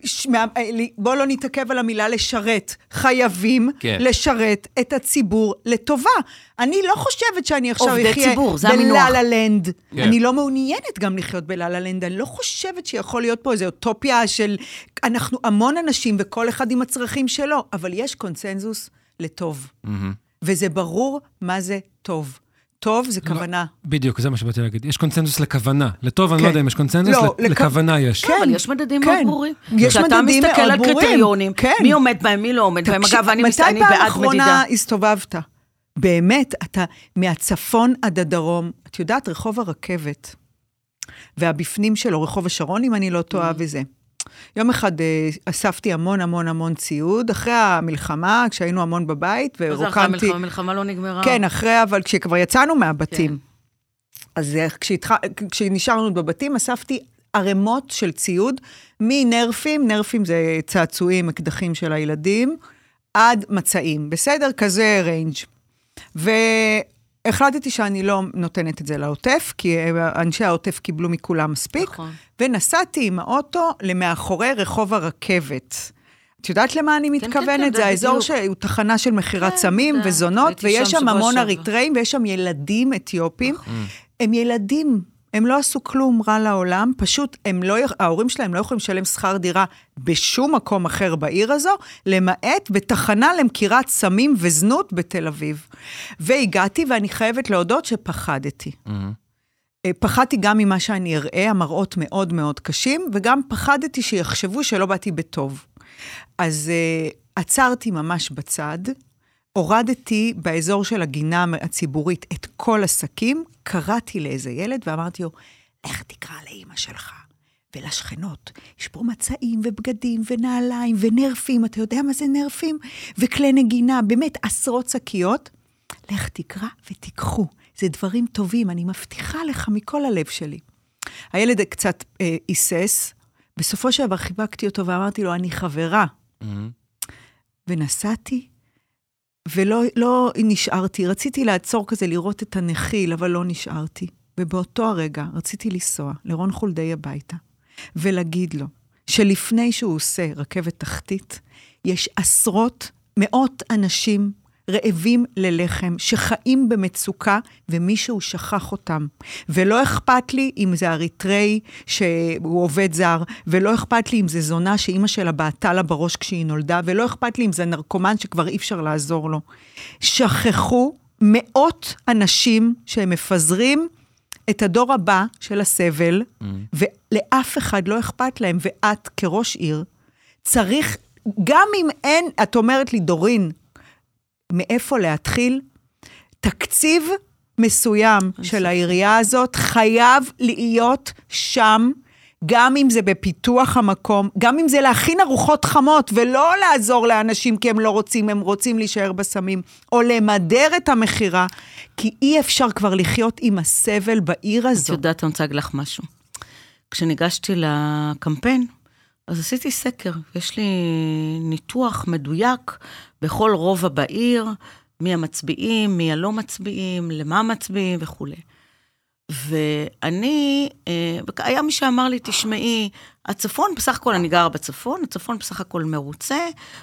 בוא לא נתעכב על המילה לשרת, חייבים כן. לשרת את הציבור לטובה. אני לא חושבת שאני עכשיו אחיה בללה לנד. כן. אני לא מעוניינת גם לחיות בללה לנד. אני לא חושבת שיכול להיות פה איזו אוטופיה של, אנחנו המון אנשים וכל אחד עם הצרכים שלו, אבל יש קונצנזוס לטוב. Mm-hmm. וזה ברור מה זה טוב. טוב זה כוונה. בדיוק, זה מה שבאתי להגיד. יש קונצנזוס לכוונה. לטוב אני לא יודע אם יש קונצנזוס, לכוונה יש. כן, אבל יש מדדים מאוד ברורים. יש מדדים מאוד ברורים. כשאתה מסתכל על קריטריונים, מי עומד בהם, מי לא עומד בהם. אגב, אני בעד מדידה. מתי פעם אחרונה הסתובבת? באמת, אתה מהצפון עד הדרום, את יודעת, רחוב הרכבת, והבפנים שלו, רחוב השרון, אם אני לא טועה וזה. יום אחד אספתי המון המון המון ציוד, אחרי המלחמה, כשהיינו המון בבית, ורוקמתי... אז אחרי המלחמה לא נגמרה. כן, אחרי, אבל כשכבר יצאנו מהבתים, אז כשנשארנו בבתים, אספתי ערימות של ציוד, מנרפים, נרפים זה צעצועים, אקדחים של הילדים, עד מצעים, בסדר? כזה ריינג'. והחלטתי שאני לא נותנת את זה לעוטף, כי אנשי העוטף קיבלו מכולם מספיק, נכון. ונסעתי עם האוטו למאחורי רחוב הרכבת. את יודעת למה אני מתכוונת? זה האזור שהוא תחנה של מחירת סמים וזונות, ויש שם המון אריתראים, ויש שם ילדים אתיופים. הם ילדים, הם לא עשו כלום רע לעולם, פשוט ההורים שלהם לא יכולים לשלם שכר דירה בשום מקום אחר בעיר הזו, למעט בתחנה למכירת סמים וזנות בתל אביב. והגעתי, ואני חייבת להודות שפחדתי. פחדתי גם ממה שאני אראה, המראות מאוד מאוד קשים, וגם פחדתי שיחשבו שלא באתי בטוב. אז uh, עצרתי ממש בצד, הורדתי באזור של הגינה הציבורית את כל עסקים, קראתי לאיזה ילד ואמרתי לו, איך תקרא לאמא שלך ולשכנות, יש פה מצעים ובגדים ונעליים ונרפים, אתה יודע מה זה נרפים? וכלי נגינה, באמת עשרות שקיות, לך תקרא ותיקחו, זה דברים טובים, אני מבטיחה לך מכל הלב שלי. הילד קצת אה, איסס, בסופו של דבר חיבקתי אותו ואמרתי לו, אני חברה. Mm-hmm. ונסעתי, ולא לא נשארתי. רציתי לעצור כזה, לראות את הנחיל, אבל לא נשארתי. ובאותו הרגע רציתי לנסוע לרון חולדי הביתה, ולהגיד לו, שלפני שהוא עושה רכבת תחתית, יש עשרות, מאות אנשים רעבים ללחם, שחיים במצוקה, ומישהו שכח אותם. ולא אכפת לי אם זה אריתראי שהוא עובד זר, ולא אכפת לי אם זה זונה שאימא שלה בעטה לה בראש כשהיא נולדה, ולא אכפת לי אם זה נרקומן שכבר אי אפשר לעזור לו. שכחו מאות אנשים שהם מפזרים את הדור הבא של הסבל, mm. ולאף אחד לא אכפת להם, ואת כראש עיר, צריך, גם אם אין, את אומרת לי, דורין, מאיפה להתחיל? תקציב מסוים של העירייה הזאת חייב להיות שם, גם אם זה בפיתוח המקום, גם אם זה להכין ארוחות חמות, ולא לעזור לאנשים כי הם לא רוצים, הם רוצים להישאר בסמים, או למדר את המחירה, כי אי אפשר כבר לחיות עם הסבל בעיר הזאת. את יודעת, אני רוצה להגיד לך משהו. כשניגשתי לקמפיין, אז עשיתי סקר, יש לי ניתוח מדויק בכל רובע בעיר, מי המצביעים, מי הלא מצביעים, למה מצביעים וכו'. ואני, היה מי שאמר לי, תשמעי, הצפון, בסך הכל אני גרה בצפון, הצפון בסך הכל מרוצה,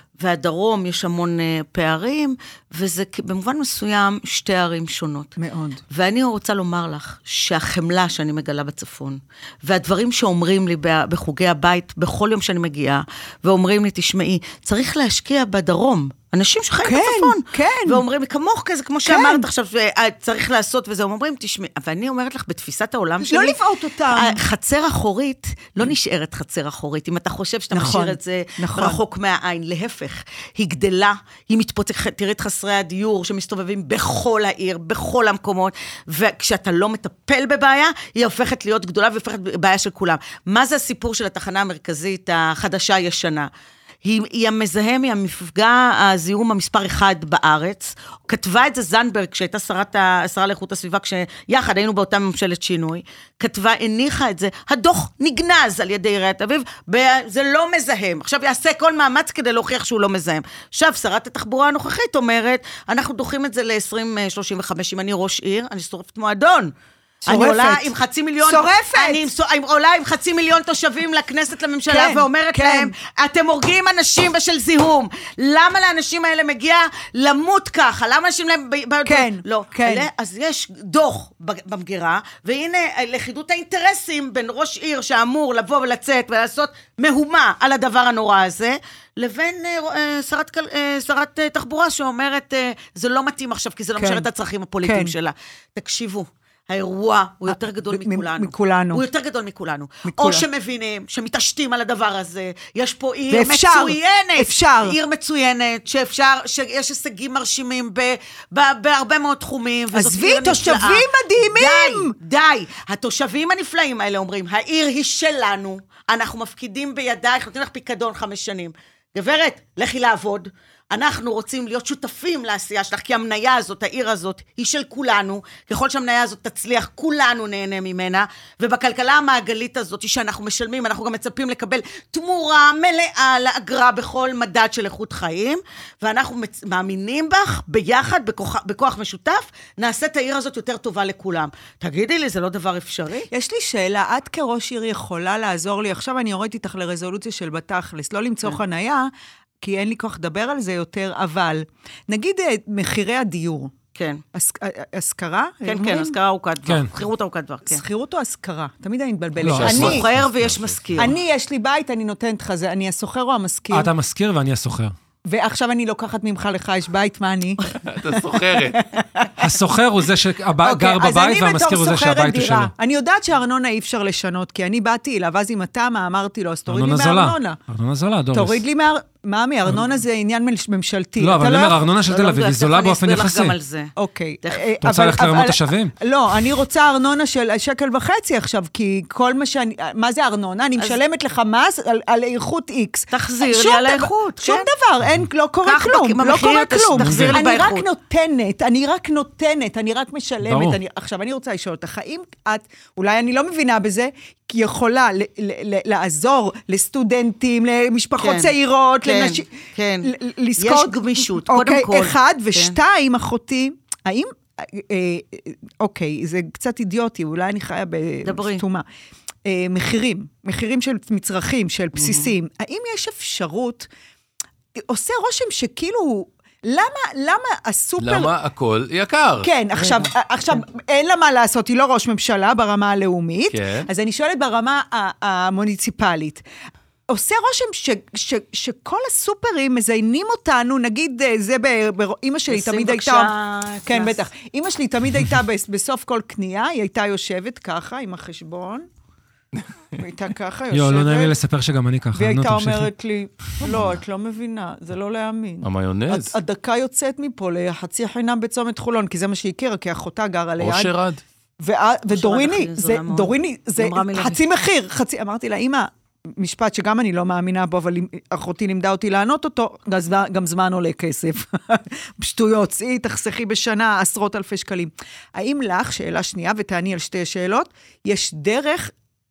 והדרום יש המון פערים, וזה במובן מסוים שתי ערים שונות. מאוד. ואני רוצה לומר לך, שהחמלה שאני מגלה בצפון, והדברים שאומרים לי בחוגי הבית, בכל יום שאני מגיעה, ואומרים לי, תשמעי, צריך להשקיע בדרום, אנשים שחיים כן, בצפון, כן. ואומרים לי, כמוך כזה, כמו כן. שאמרת עכשיו, צריך לעשות וזה, אומרים, תשמעי, ואני אומרת לך, בתפיסת העולם שלי, לא לבעוט אותם. חצר אחורית, לא נשארת חצר אחורית, אם אתה חושב שאתה נכון, משאיר את זה נכון. רחוק מהעין, להפך, היא גדלה, היא מתפוצצת, תראי את חסרי הדיור שמסתובבים בכל העיר, בכל המקומות, וכשאתה לא מטפל בבעיה, היא הופכת להיות גדולה והופכת בעיה של כולם. מה זה הסיפור של התחנה המרכזית החדשה הישנה? היא, היא המזהם, היא המפגע הזיהום המספר אחד בארץ. כתבה את זה זנברג, כשהייתה שרת, השרה לאיכות הסביבה, כשיחד היינו באותה ממשלת שינוי, כתבה, הניחה את זה, הדוח נגנז על ידי עיריית אביב, זה לא מזהם. עכשיו יעשה כל מאמץ כדי להוכיח שהוא לא מזהם. עכשיו, שרת התחבורה הנוכחית אומרת, אנחנו דוחים את זה ל-עשרים שלושים וחמש, אם אני ראש עיר, אני שורפת מועדון. שורפת. אני עולה עם חצי מיליון, שורפת. אני עולה עם חצי מיליון תושבים לכנסת, לממשלה, כן, ואומרת כן. להם, אתם הורגים אנשים בשל זיהום. למה לאנשים האלה מגיע למות ככה? למה אנשים להם... כן, לא. כן. אז יש דוח במגירה, והנה לכידות האינטרסים בין ראש עיר שאמור לבוא ולצאת ולעשות מהומה על הדבר הנורא הזה, לבין שרת, שרת תחבורה שאומרת, זה לא מתאים עכשיו, כי זה לא כן. משרת את הצרכים הפוליטיים כן. שלה. תקשיבו. האירוע הוא יותר גדול מכולנו. מכולנו. הוא יותר גדול מכולנו. מכולנו. או שמבינים, שמתעשתים על הדבר הזה. יש פה עיר ואפשר, מצוינת. אפשר. עיר מצוינת, שאפשר, שיש הישגים מרשימים ב, ב, בהרבה מאוד תחומים. עזבי, תושבים מדהימים. די, די. התושבים הנפלאים האלה אומרים, העיר היא שלנו, אנחנו מפקידים בידייך, נותנים לך פיקדון חמש שנים. גברת, לכי לעבוד. אנחנו רוצים להיות שותפים לעשייה שלך, כי המניה הזאת, העיר הזאת, היא של כולנו, ככל שהמניה הזאת תצליח, כולנו נהנה ממנה, ובכלכלה המעגלית הזאת, שאנחנו משלמים, אנחנו גם מצפים לקבל תמורה מלאה לאגרה בכל מדד של איכות חיים, ואנחנו מאמינים בך, ביחד, בכוח, בכוח משותף, נעשה את העיר הזאת יותר טובה לכולם. תגידי לי, זה לא דבר אפשרי? יש לי שאלה, את כראש עיר יכולה לעזור לי, עכשיו אני יורדת איתך לרזולוציה של בתכלס, לא למצוא חנייה, כי אין לי כוח לדבר על זה יותר, אבל נגיד מחירי הדיור. כן. השכרה? כן, כן, השכרה ארוכת טווח. שכירות ארוכת טווח, כן. שכירות או השכרה? תמיד אני מתבלבלת. לא, יש סוחר ויש משכיר. אני, יש לי בית, אני נותנת לך זה, אני הסוחר או המשכיר? אתה משכיר ואני הסוחר. ועכשיו אני לוקחת ממך לך, יש בית, מה אני? אתה סוחרת. הסוחר הוא זה שגר בבית, והמשכיר הוא זה שהבית הוא שלו. אני יודעת שהארנונה אי אפשר לשנות, כי אני באתי אליו, אז עם התמה, אמרתי לו, אז תוריד לי מהארנונה. ארנונה זולה, דורס. תוריד לי מהארנונה. מאמי, ארנונה זה עניין ממשלתי. לא, אבל אני אומר, ארנונה של תל אביב, היא זולה באופן יחסי. אוקיי. את רוצה ללכת לרמות השווים? לא, אני רוצה ארנונה של שקל וחצי עכשיו, כי כל מה שאני... מה זה ארנונה? אני משלמת לך מס על איכות איקס. תחזיר לי על האיכות. שום דבר, לא קורה כלום. לא קורה כלום. אני רק נותנת, אני רק נותנת, אני רק משלמת. עכשיו, אני רוצה לשאול אותך, האם את, אולי אני לא מבינה בזה, כי יכולה לעזור לסטודנטים, למשפחות צעירות, לנשים, לזכות. יש גמישות, קודם כל. אחד, ושתיים, אחותי, האם, אוקיי, זה קצת אידיוטי, אולי אני חיה בסתומה. מחירים, מחירים של מצרכים, של בסיסים. האם יש אפשרות, עושה רושם שכאילו, למה, למה הסופר... למה הכל יקר? כן, עכשיו, עכשיו, אין לה מה לעשות, היא לא ראש ממשלה ברמה הלאומית, כן. אז אני שואלת ברמה המוניציפלית. עושה רושם ש, ש, שכל הסופרים מזיינים אותנו, נגיד, זה באמא שלי תמיד הייתה... כן, בטח. אמא שלי תמיד הייתה בסוף כל קנייה, היא הייתה יושבת ככה עם החשבון, והייתה ככה יושבת. יו, לא נעים לי לספר שגם אני ככה. והיא הייתה אומרת לי, לא, את לא מבינה, זה לא להאמין. המיונז. הדקה יוצאת מפה לחצי חינם בצומת חולון, כי זה מה שהכירה, כי אחותה גרה ליד. אושר עד. ודוריני, זה, דוריני, זה חצי מחיר, חצי, אמרתי לה, אמא, משפט שגם אני לא מאמינה בו, אבל אחותי לימדה אותי לענות אותו, גם זמן עולה כסף. שטויות, צאי, תחסכי בשנה עשרות אלפי שקלים. האם לך, שאלה שנייה, ותעני על שתי שאלות, יש דרך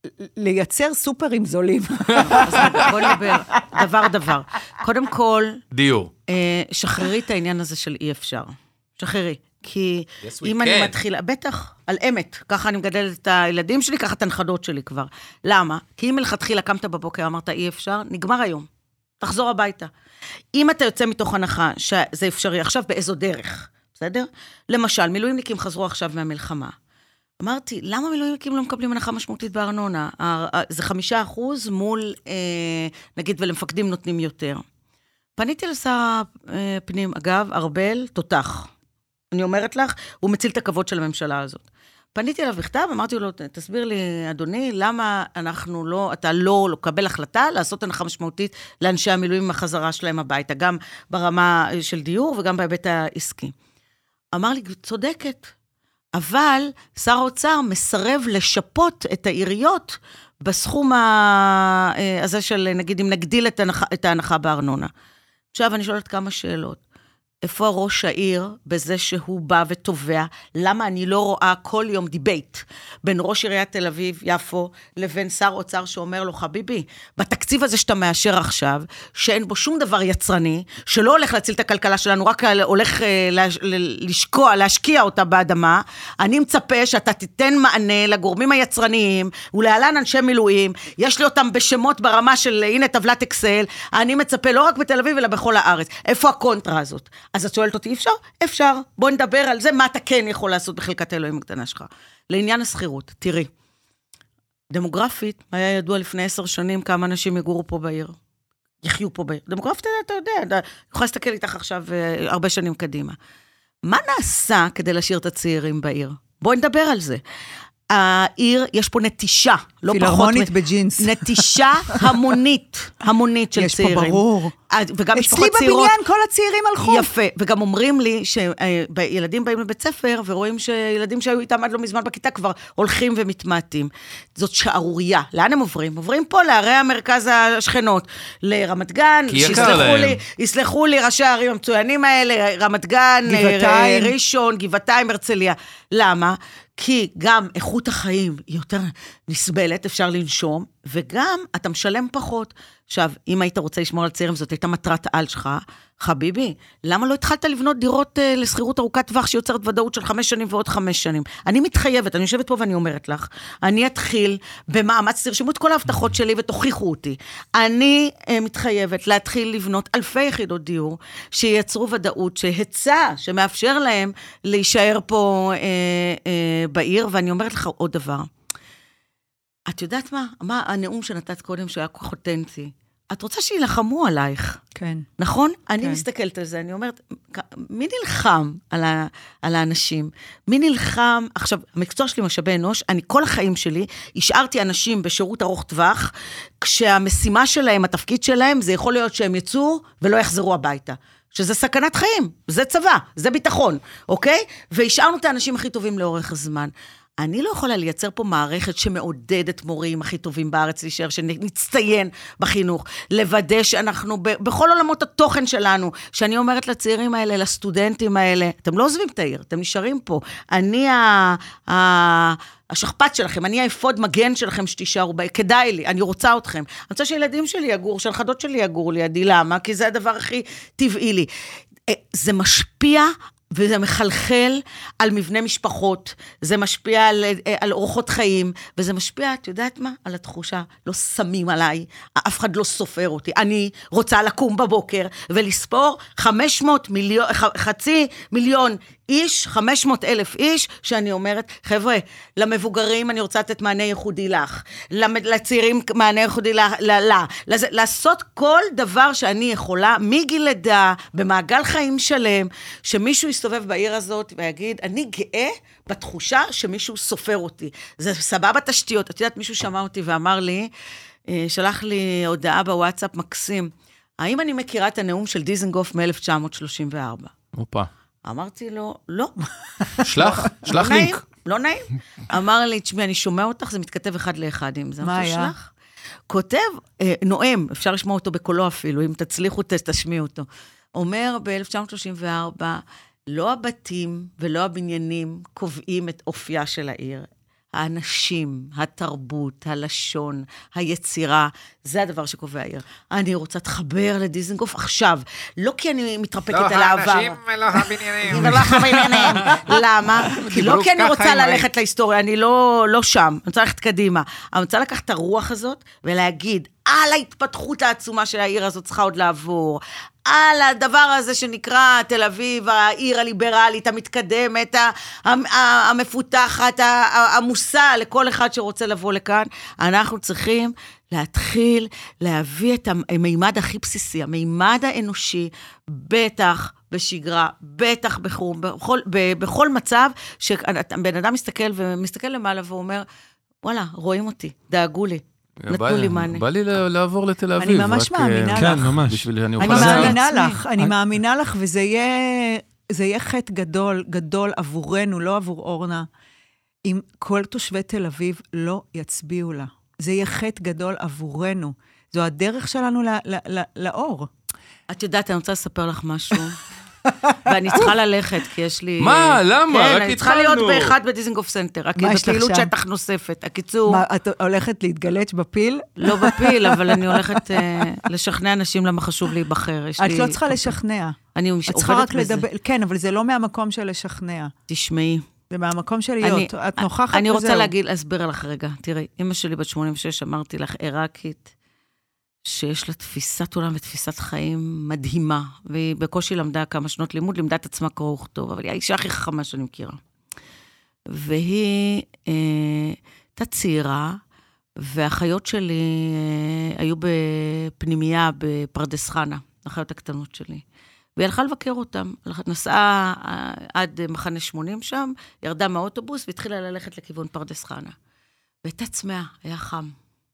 לייצר סופרים זולים? אז בוא נדבר, דבר דבר. קודם כל, דיור. שחררי את העניין הזה של אי אפשר. שחררי. כי אם אני מתחילה, בטח, על אמת, ככה אני מגדלת את הילדים שלי, ככה את הנכדות שלי כבר. למה? כי אם מלכתחילה קמת בבוקר, אמרת אי אפשר, נגמר היום. תחזור הביתה. אם אתה יוצא מתוך הנחה שזה אפשרי עכשיו, באיזו דרך, בסדר? למשל, מילואימניקים חזרו עכשיו מהמלחמה. אמרתי, למה מילואימניקים לא מקבלים הנחה משמעותית בארנונה? זה חמישה אחוז מול, נגיד, ולמפקדים נותנים יותר. פניתי לשר הפנים, אגב, ארבל, תותח. אני אומרת לך, הוא מציל את הכבוד של הממשלה הזאת. פניתי אליו בכתב, אמרתי לו, תסביר לי, אדוני, למה אנחנו לא, אתה לא לקבל החלטה, לעשות הנחה משמעותית לאנשי המילואים עם החזרה שלהם הביתה, גם ברמה של דיור וגם בהיבט העסקי. אמר לי, צודקת, אבל שר האוצר מסרב לשפות את העיריות בסכום הזה של, נגיד, אם נגדיל את ההנחה בארנונה. עכשיו אני שואלת כמה שאלות. איפה ראש העיר בזה שהוא בא ותובע, למה אני לא רואה כל יום דיבייט בין ראש עיריית תל אביב, יפו, לבין שר אוצר שאומר לו, חביבי, בתקציב הזה שאתה מאשר עכשיו, שאין בו שום דבר יצרני, שלא הולך להציל את הכלכלה שלנו, רק הולך לשקוע, להשקיע אותה באדמה, אני מצפה שאתה תיתן מענה לגורמים היצרניים, ולהלן אנשי מילואים, יש לי אותם בשמות ברמה של, הנה טבלת אקסל, אני מצפה לא רק בתל אביב, אלא בכל הארץ. איפה הקונטרה הזאת? אז את שואלת אותי, אפשר? אפשר. בוא נדבר על זה, מה אתה כן יכול לעשות בחלקת האלוהים הקטנה שלך. לעניין הסחירות, תראי, דמוגרפית, היה ידוע לפני עשר שנים כמה אנשים יגורו פה בעיר, יחיו פה בעיר. דמוגרפית, אתה יודע, אתה יכול להסתכל איתך עכשיו הרבה שנים קדימה. מה נעשה כדי להשאיר את הצעירים בעיר? בואי נדבר על זה. העיר, יש פה נטישה, לא פחות... פילהרמונית בג'ינס. נטישה המונית, המונית של צעירים. יש פה ברור. וגם משפחות צעירות... אצלי בבניין כל הצעירים הלכו. יפה, וגם אומרים לי שילדים באים לבית ספר, ורואים שילדים שהיו איתם עד לא מזמן בכיתה כבר הולכים ומתמעטים. זאת שערוריה. לאן הם עוברים? עוברים פה לערי המרכז השכנות, לרמת גן, שיסלחו לי, יסלחו לי ראשי הערים המצוינים האלה, רמת גן, ראשון, גבעתיים, הרצליה. למה? כי גם איכות החיים היא יותר נסבלת, אפשר לנשום, וגם אתה משלם פחות. עכשיו, אם היית רוצה לשמור על צעירים, זאת הייתה מטרת העל שלך, חביבי, למה לא התחלת לבנות דירות uh, לסחירות ארוכת טווח, שיוצרת ודאות של חמש שנים ועוד חמש שנים? אני מתחייבת, אני יושבת פה ואני אומרת לך, אני אתחיל במאמץ, תרשמו את כל ההבטחות שלי ותוכיחו אותי. אני uh, מתחייבת להתחיל לבנות אלפי יחידות דיור, שייצרו ודאות, שהצע, שמאפשר להם להישאר פה uh, uh, בעיר, ואני אומרת לך עוד דבר. את יודעת מה? מה הנאום שנתת קודם שהיה כל כך אותנטי? את רוצה שילחמו עלייך. כן. נכון? כן. אני מסתכלת על זה, אני אומרת, מי נלחם על, ה, על האנשים? מי נלחם? עכשיו, המקצוע שלי משאבי אנוש, אני כל החיים שלי, השארתי אנשים בשירות ארוך טווח, כשהמשימה שלהם, התפקיד שלהם, זה יכול להיות שהם יצאו ולא יחזרו הביתה. שזה סכנת חיים, זה צבא, זה ביטחון, אוקיי? והשארנו את האנשים הכי טובים לאורך הזמן. אני לא יכולה לייצר פה מערכת שמעודדת מורים הכי טובים בארץ להישאר, שנצטיין בחינוך, לוודא שאנחנו ב- בכל עולמות התוכן שלנו, שאני אומרת לצעירים האלה, לסטודנטים האלה, אתם לא עוזבים את העיר, אתם נשארים פה. אני ה... ה... השכפת שלכם, אני האפוד מגן שלכם שתישארו בה, כדאי לי, אני רוצה אתכם. אני רוצה שילדים שלי יגור, שהנכדות שלי יגור לידי, למה? כי זה הדבר הכי טבעי לי. זה משפיע וזה מחלחל על מבנה משפחות, זה משפיע על, על אורחות חיים, וזה משפיע, את יודעת מה? על התחושה, לא שמים עליי, אף אחד לא סופר אותי. אני רוצה לקום בבוקר ולספור חמש מאות מיליון, חצי מיליון איש, חמש מאות אלף איש, שאני אומרת, חבר'ה, למבוגרים אני רוצה לתת מענה ייחודי לך, לצעירים מענה ייחודי לה, לה, לה, לעשות כל דבר שאני יכולה, מגיל לידה, במעגל חיים שלם, שמישהו יסתובב בעיר הזאת ויגיד, אני גאה בתחושה שמישהו סופר אותי. זה סבבה תשתיות. את יודעת, מישהו שמע אותי ואמר לי, שלח לי הודעה בוואטסאפ מקסים, האם אני מכירה את הנאום של דיזנגוף מ-אלף תשע מאות שלושים וארבע? אופה. אמרתי לו, לא. שלח, שלח לא לינק. נעים, לא נעים. אמר לי, תשמעי, אני שומע אותך, זה מתכתב אחד לאחד עם זה. מה היה? כותב, אה, נואם, אפשר לשמוע אותו בקולו אפילו, אם תצליחו, תשמיעו אותו. אומר ב-אלף תשע מאות שלושים וארבע, לא הבתים ולא הבניינים קובעים את אופייה של העיר. האנשים, התרבות, הלשון, היצירה, זה הדבר שקובע העיר. אני רוצה תחבר לדיזנגוף עכשיו, לא כי אני מתרפקת על העבר. לא האנשים ולא הבניינים. ולא הבניינים. למה? לא כי אני רוצה ללכת להיסטוריה, אני לא שם, אני רוצה ללכת קדימה. אני רוצה לקחת את הרוח הזאת ולהגיד, על ההתפתחות העצומה של העיר הזאת צריכה עוד לעבור, על הדבר הזה שנקרא תל אביב, העיר הליברלית, המתקדמת, המפותחת, המושא לכל אחד שרוצה לבוא לכאן. אנחנו צריכים להתחיל להביא את המימד הכי בסיסי, המימד האנושי, בטח בשגרה, בטח בחום, בכל, בכל מצב שבן אדם מסתכל ומסתכל למעלה ואומר, וואלה, רואים אותי, דאגו לי. נתנו לי מענה. בא לי לעבור לתל אביב. אני ממש מאמינה לך. כן, ממש. אני מאמינה לך, אני מאמינה לך, וזה יהיה חטא גדול, גדול עבורנו, לא עבור אורנה, אם כל תושבי תל אביב לא יצביעו לה. זה יהיה חטא גדול עבורנו. זו הדרך שלנו לאור. את יודעת, אני רוצה לספר לך משהו. ואני צריכה ללכת, כי יש לי... מה? למה? רק התחלנו. כן, אני צריכה להיות באחד בדיזנגוף סנטר. מה יש לך בפעילות שם? שטח נוספת. הקיצור... מה, את הולכת להתגלץ' בפיל? לא בפיל, אבל אני הולכת לשכנע אנשים למה חשוב להיבחר. את לא צריכה לשכנע. אני עובדת בזה. כן, אבל זה לא מהמקום של לשכנע. תשמעי. זה מהמקום של להיות. את נוכחת וזהו. אני רוצה להגיד, להסביר לך רגע. תראי, אמא שלי בת שמונים ושש, אמרתי לך, עיראקית, שיש לה תפיסת עולם ותפיסת חיים מדהימה, והיא בקושי למדה כמה שנות לימוד, לימדה את עצמה קרוא וכתוב, אבל היא האישה הכי חכמה שאני מכירה. והיא הייתה צעירה, והאחיות שלי אה, היו בפנימייה בפרדס חנה, האחיות הקטנות שלי. והיא הלכה לבקר אותם, נסעה עד מחנה שמונים שם, ירדה מהאוטובוס והתחילה ללכת לכיוון פרדס חנה. והייתה צמאה, היה חם.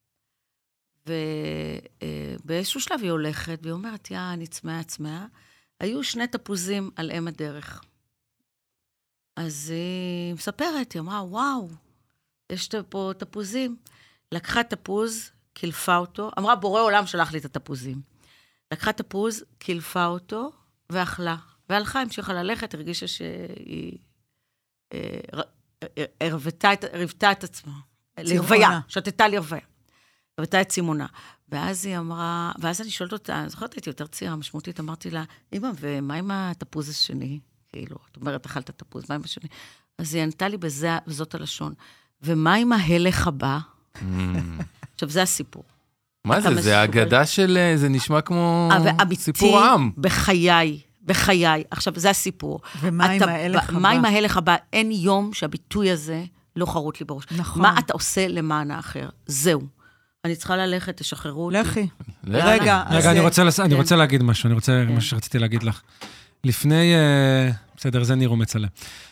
ובאיזשהו שלב היא הולכת, והיא אומרת, יא, אני צמאה, צמאה. היו שני תפוזים על אם הדרך. אז היא מספרת, היא אמרה, וואו, יש פה תפוזים. לקחה תפוז, קלפה אותו, אמרה, בורא עולם שלח לי את התפוזים. לקחה תפוז, קלפה אותו, ואכלה. והלכה, המשיכה ללכת, הרגישה שהיא רבתה את עצמה. לרוויה, שתתה לרוויה. שתתה את צימונה. ואז היא אמרה, ואז אני שואלת אותה, אני זוכרת, הייתי יותר צעירה, משמעותית, אמרתי לה, אמא, ומה עם התפוז השני? כאילו, את אומרת, אכלת תפוז, מה עם השני? אז היא ענתה לי בזה, וזאת הלשון. ומה עם ההלך הבא? עכשיו, זה הסיפור. מה זה? זה האגדה של... זה נשמע כמו סיפור עם. בחיי, בחיי. עכשיו, זה הסיפור. ומה עם ההלך הבא? מה עם ההלך הבא? אין יום שהביטוי הזה לא חרוט לי בראש. נכון. מה אתה עושה למען האחר? זהו. אני צריכה ללכת, תשחררו אותי. לכי. רגע. רגע, אני רוצה להגיד משהו, אני רוצה, מה שרציתי להגיד לך. לפני, בסדר, זה ניר ומצלה.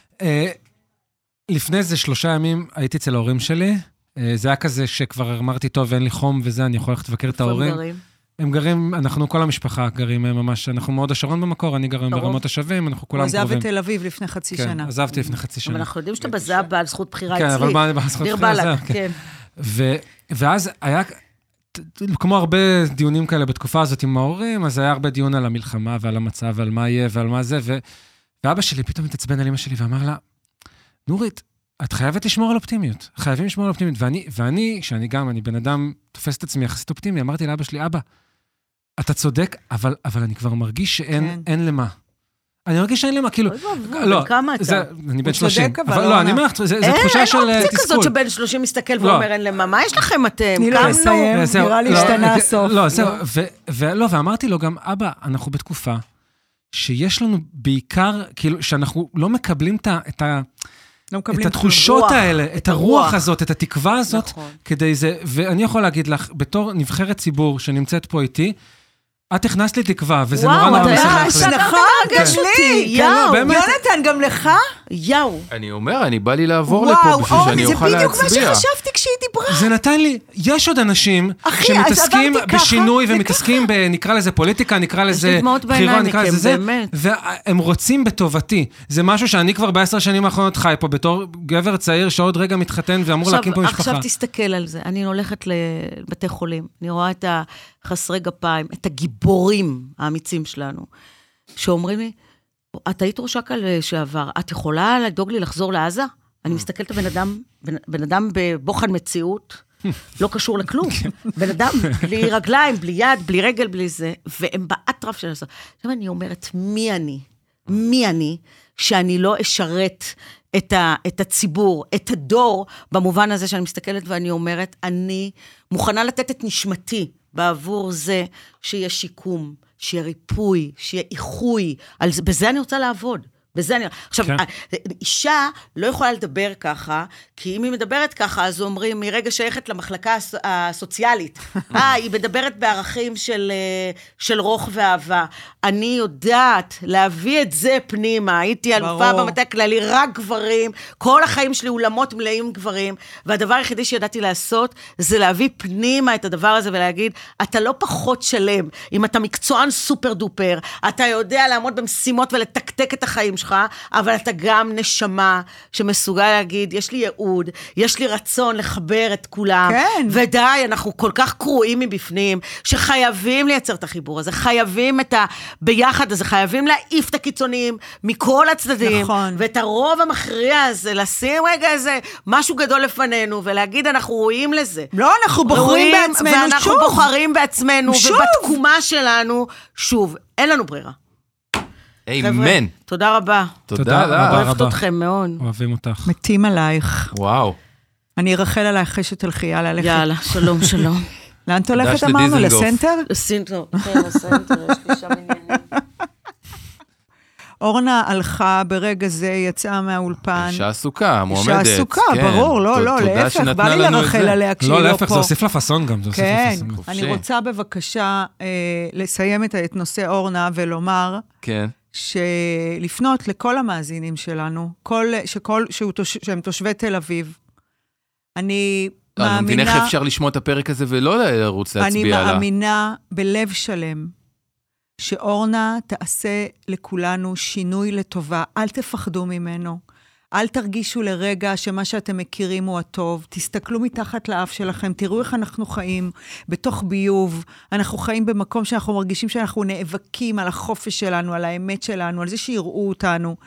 לפני איזה שלושה ימים הייתי אצל ההורים שלי, זה היה כזה שכבר אמרתי, טוב, אין לי חום וזה, אני יכול ללכת לבקר את ההורים. הם גרים? הם גרים, אנחנו כל המשפחה גרים ממש, אנחנו מאוד השרון במקור, אני גרים ברמות השבים, אנחנו כולם קרובים. הוא עזב את תל אביב לפני חצי שנה. כן, עזבתי לפני חצי שנה. אבל אנחנו יודעים שאתה בזה בעל זכות בחירה אצלי. כן, אבל מה בזכות בחירה זה? כן. ואז היה, כמו הרבה דיונים כאלה בתקופה הזאת עם ההורים, אז היה הרבה דיון על המלחמה ועל המצב ועל מה יהיה ועל מה זה, ואבא שלי פתאום התעצבן על אמא שלי ואמר לה, נורית, את חייבת לשמור על אופטימיות, חייבים לשמור על אופטימיות, ואני, ואני, שאני גם, אני בן אדם, תופס את עצמי יחסית אופטימי, אמרתי לאבא שלי, אבא, אתה צודק, אבל, אבל אני כבר מרגיש שאין, אין למה. אני מרגיש שאין למה, כאילו, לא, כמה אתה? אני בן שלושים. הוא צודק, אבל לא, אני אומר, זו תחושה של תסכול. אין אופציה כזאת שבן שלושים מסתכל ואומר, אין למה, מה יש לכם אתם? תני לו לסיים, נראה לי השתנה הסוף. לא, זהו, ולא, ואמרתי לו גם, אבא, אנחנו בתקופה שיש לנו בעיקר, כאילו, שאנחנו לא מקבלים את ה... את התחושות האלה, את הרוח הזאת, את התקווה הזאת, כדי זה, ואני יכול להגיד לך, בתור נבחרת ציבור שנמצאת פה איתי, את הכנסת לי תקווה, וזה נורא נורא משמח לי. נכון, גם לי, יאו, יונתן, גם לך? יאו. אני אומר, אני בא לי לעבור לפה בשביל שאני אוכל להצביע. זה בדיוק מה שחשבתי כשהיא דיברה. זה נתן לי, יש עוד אנשים שמתעסקים בשינוי ומתעסקים, נקרא לזה פוליטיקה, נקרא לזה בחירה, נקרא לזה זה, והם רוצים בטובתי. זה משהו שאני כבר בעשר שנים האחרונות חי פה, בתור גבר צעיר שעוד רגע מתחתן ואמור להקים פה משפחה. עכשיו תסתכל על זה, אני הולכת לבתי חולים, אני רואה את החסרי גפיים, את הגיבורים האמיצים שלנו, שאומרים לי, את היית ראש אכ"א לשעבר, את יכולה לדאוג לי לחזור לעזה? אני מסתכלת בן אדם, בן, בן אדם בבוחן מציאות, לא קשור לכלום. בן אדם בלי רגליים, בלי יד, בלי רגל, בלי זה, והם באטרף של זה. עכשיו אני אומרת, מי אני? מי אני שאני לא אשרת את, ה, את הציבור, את הדור, במובן הזה שאני מסתכלת ואני אומרת, אני מוכנה לתת את נשמתי בעבור זה שיהיה שיקום, שיהיה ריפוי, שיהיה איחוי, על זה, בזה אני רוצה לעבוד. בזה אני... עכשיו, כן. אישה לא יכולה לדבר ככה, כי אם היא מדברת ככה, אז אומרים, מרגע שייכת למחלקה הסוציאלית, אה, היא מדברת בערכים של, של רוח ואהבה. אני יודעת להביא את זה פנימה, הייתי אלופה במטה הכללי, רק גברים, כל החיים שלי אולמות מלאים גברים, והדבר היחידי שידעתי לעשות, זה להביא פנימה את הדבר הזה, ולהגיד, אתה לא פחות שלם, אם אתה מקצוען סופר דופר, אתה יודע לעמוד במשימות ולתקתק את החיים שלך, אבל אתה גם נשמה שמסוגל להגיד, יש לי ייעוד, יש לי רצון לחבר את כולם, כן. ודי, אנחנו כל כך קרועים מבפנים, שחייבים לייצר את החיבור הזה, חייבים את ה... ביחד הזה, חייבים להעיף את הקיצוניים מכל הצדדים, נכון. ואת הרוב המכריע הזה, לשים רגע איזה משהו גדול לפנינו, ולהגיד, אנחנו רואים לזה. לא, אנחנו בוחרים בעצמנו, ואנחנו שוב. ואנחנו בוחרים בעצמנו, שוב. ובתקומה שלנו, שוב, אין לנו ברירה. אמן. תודה רבה. תודה לך. אוהבת אתכם מאוד. אוהבים אותך. מתים עלייך. וואו. אני ארחל עלייך אחרי שתלכי, יאללה, לכי. יאללה, שלום, שלום. לאן את הולכת אמרנו? לסנטר? לסנטר, כן, לסנטר, יש לי שם עניינים. אורנה הלכה ברגע זה, יצאה מהאולפן. אישה עסוקה, מועמדת. אישה עסוקה, ברור, לא, לא, להפך, בא לי לרחל עליה כשהיא לא פה. לא, להפך, זה הוסיף לפסון גם, זה הוסיף לפסון. כן, אני רוצה בבקשה לסיים את נושא אורנה ולומר, כן. שלפנות לכל המאזינים שלנו, שהם תושבי תל אביב, אני מאמינה... אני מבין איך אפשר לשמוע את הפרק הזה ולא לרוץ להצביע עליו. אני מאמינה בלב שלם, שאורנה תעשה לכולנו שינוי לטובה, אל תפחדו ממנו, אל תרגישו לרגע שמה שאתם מכירים הוא הטוב, תסתכלו מתחת לאף שלכם, תראו איך אנחנו חיים בתוך ביוב, אנחנו חיים במקום שאנחנו מרגישים שאנחנו נאבקים על החופש שלנו, על האמת שלנו, על זה שיראו אותנו,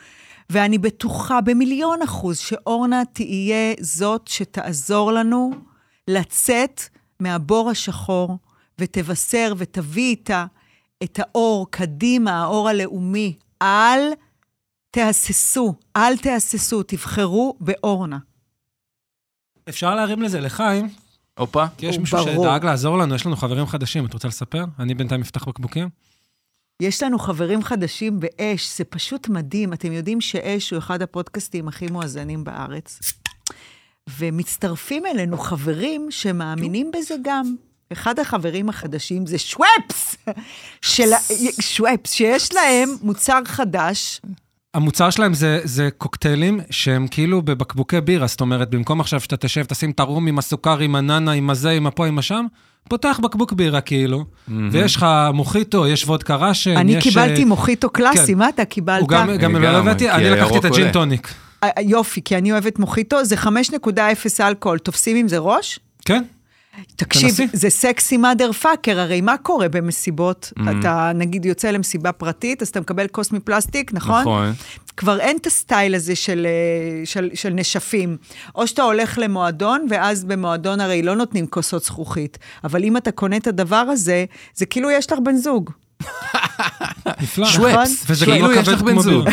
ואני בטוחה במיליון אחוז שאורנה תהיה זאת שתעזור לנו לצאת מהבור השחור, ותבשר ותביא איתה את האור קדימה, האור הלאומי. אל תהססו, אל תהססו, תבחרו באורנה. אפשר להרים לזה לחיים. אופה. כי יש מישהו שדאג לעזור לנו, יש לנו חברים חדשים, את רוצה לספר? אני בינתיים אפתח בקבוקים. יש לנו חברים חדשים באש, זה פשוט מדהים. אתם יודעים שאש הוא אחד הפודקאסטים הכי מואזנים בארץ. ומצטרפים אלינו חברים שמאמינים בזה גם. אחד החברים החדשים זה שוואפס, של... שוואפס, שיש להם מוצר חדש. המוצר שלהם זה, זה קוקטיילים שהם כאילו בבקבוקי בירה, זאת אומרת, במקום עכשיו שאתה תשב, תשים את הרום עם הסוכר, עם הננה, עם הזה, עם הפה, עם השם, פותח בקבוק בירה כאילו, mm-hmm. ויש לך מוחיטו, יש וודקה ראשן. אני יש... קיבלתי מוחיטו קלאסי, כן. מה אתה קיבלת? הוא גם, גם לא הבאתי, אני לקחתי את הג'ין טוניק. יופי, כי אני אוהבת מוחיטו, זה חמש נקודה אפס אלכוהול, תופסים עם זה ראש? כן. תקשיב, תנסי. זה סקסי מאדר פאקר, הרי מה קורה במסיבות? Mm-hmm. אתה נגיד יוצא למסיבה פרטית, אז אתה מקבל כוס מפלסטיק, נכון? נכון. כבר אין את הסטייל הזה של, של, של נשפים. או שאתה הולך למועדון, ואז במועדון הרי לא נותנים כוסות זכוכית. אבל אם אתה קונה את הדבר הזה, זה כאילו יש לך בן זוג. נפלא. שוואפס, וזה כאילו יש לך בן זוג.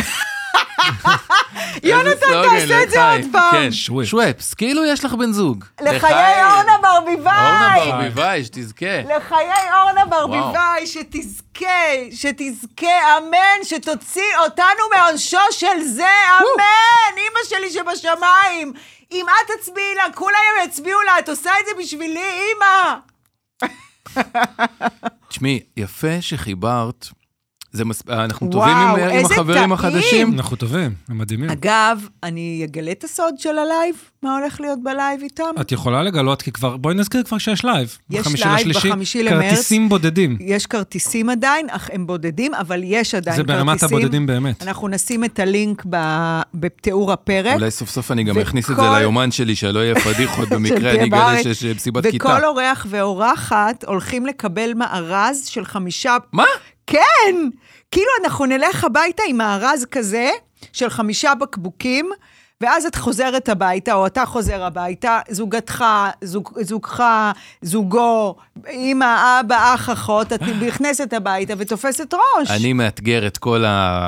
יונתן, תעשה את זה עוד פעם. כן, שוואפס, כאילו יש לך בן זוג. לחיי אורנה ברביבאי. אורנה ברביבאי, שתזכה. לחיי אורנה ברביבאי, שתזכה, שתזכה, אמן, שתוציא אותנו מעונשו של זה, אמן, אמא שלי שבשמיים. אם את תצביעי לה, כולם יצביעו לה, את עושה את זה בשבילי, אמא. תשמעי, יפה שחיברת, זה מס... אנחנו טובים עם, עם החברים החדשים. אנחנו טובים, הם מדהימים. אגב, אני אגלה את הסוד של הלייב, מה הולך להיות בלייב איתם? את יכולה לגלות, כי כבר, בואי נזכיר כבר שיש לייב. יש לייב בחמישי למרץ. כרטיסים בודדים. יש כרטיסים עדיין, אך הם בודדים, אבל יש עדיין זה כרטיסים. ברמת הבודדים באמת. אנחנו נשים את הלינק בתיאור הפרק. אולי סוף סוף אני גם אכניס את זה ליומן שלי, שלא יהיה פדיחות במקרה, אני אגלה שיש פסיבת כיתה. וכל אורח ואורחת הולכים לקבל מארז של חמישה... מה? כן! כאילו אנחנו נלך הביתה עם מארז כזה, של חמישה בקבוקים, ואז את חוזרת הביתה, או אתה חוזר הביתה, זוגתך, זוג, זוגך, זוגו, אמא, אבא, אח, אחות, את נכנסת הביתה ותופסת ראש. אני מאתגר את כל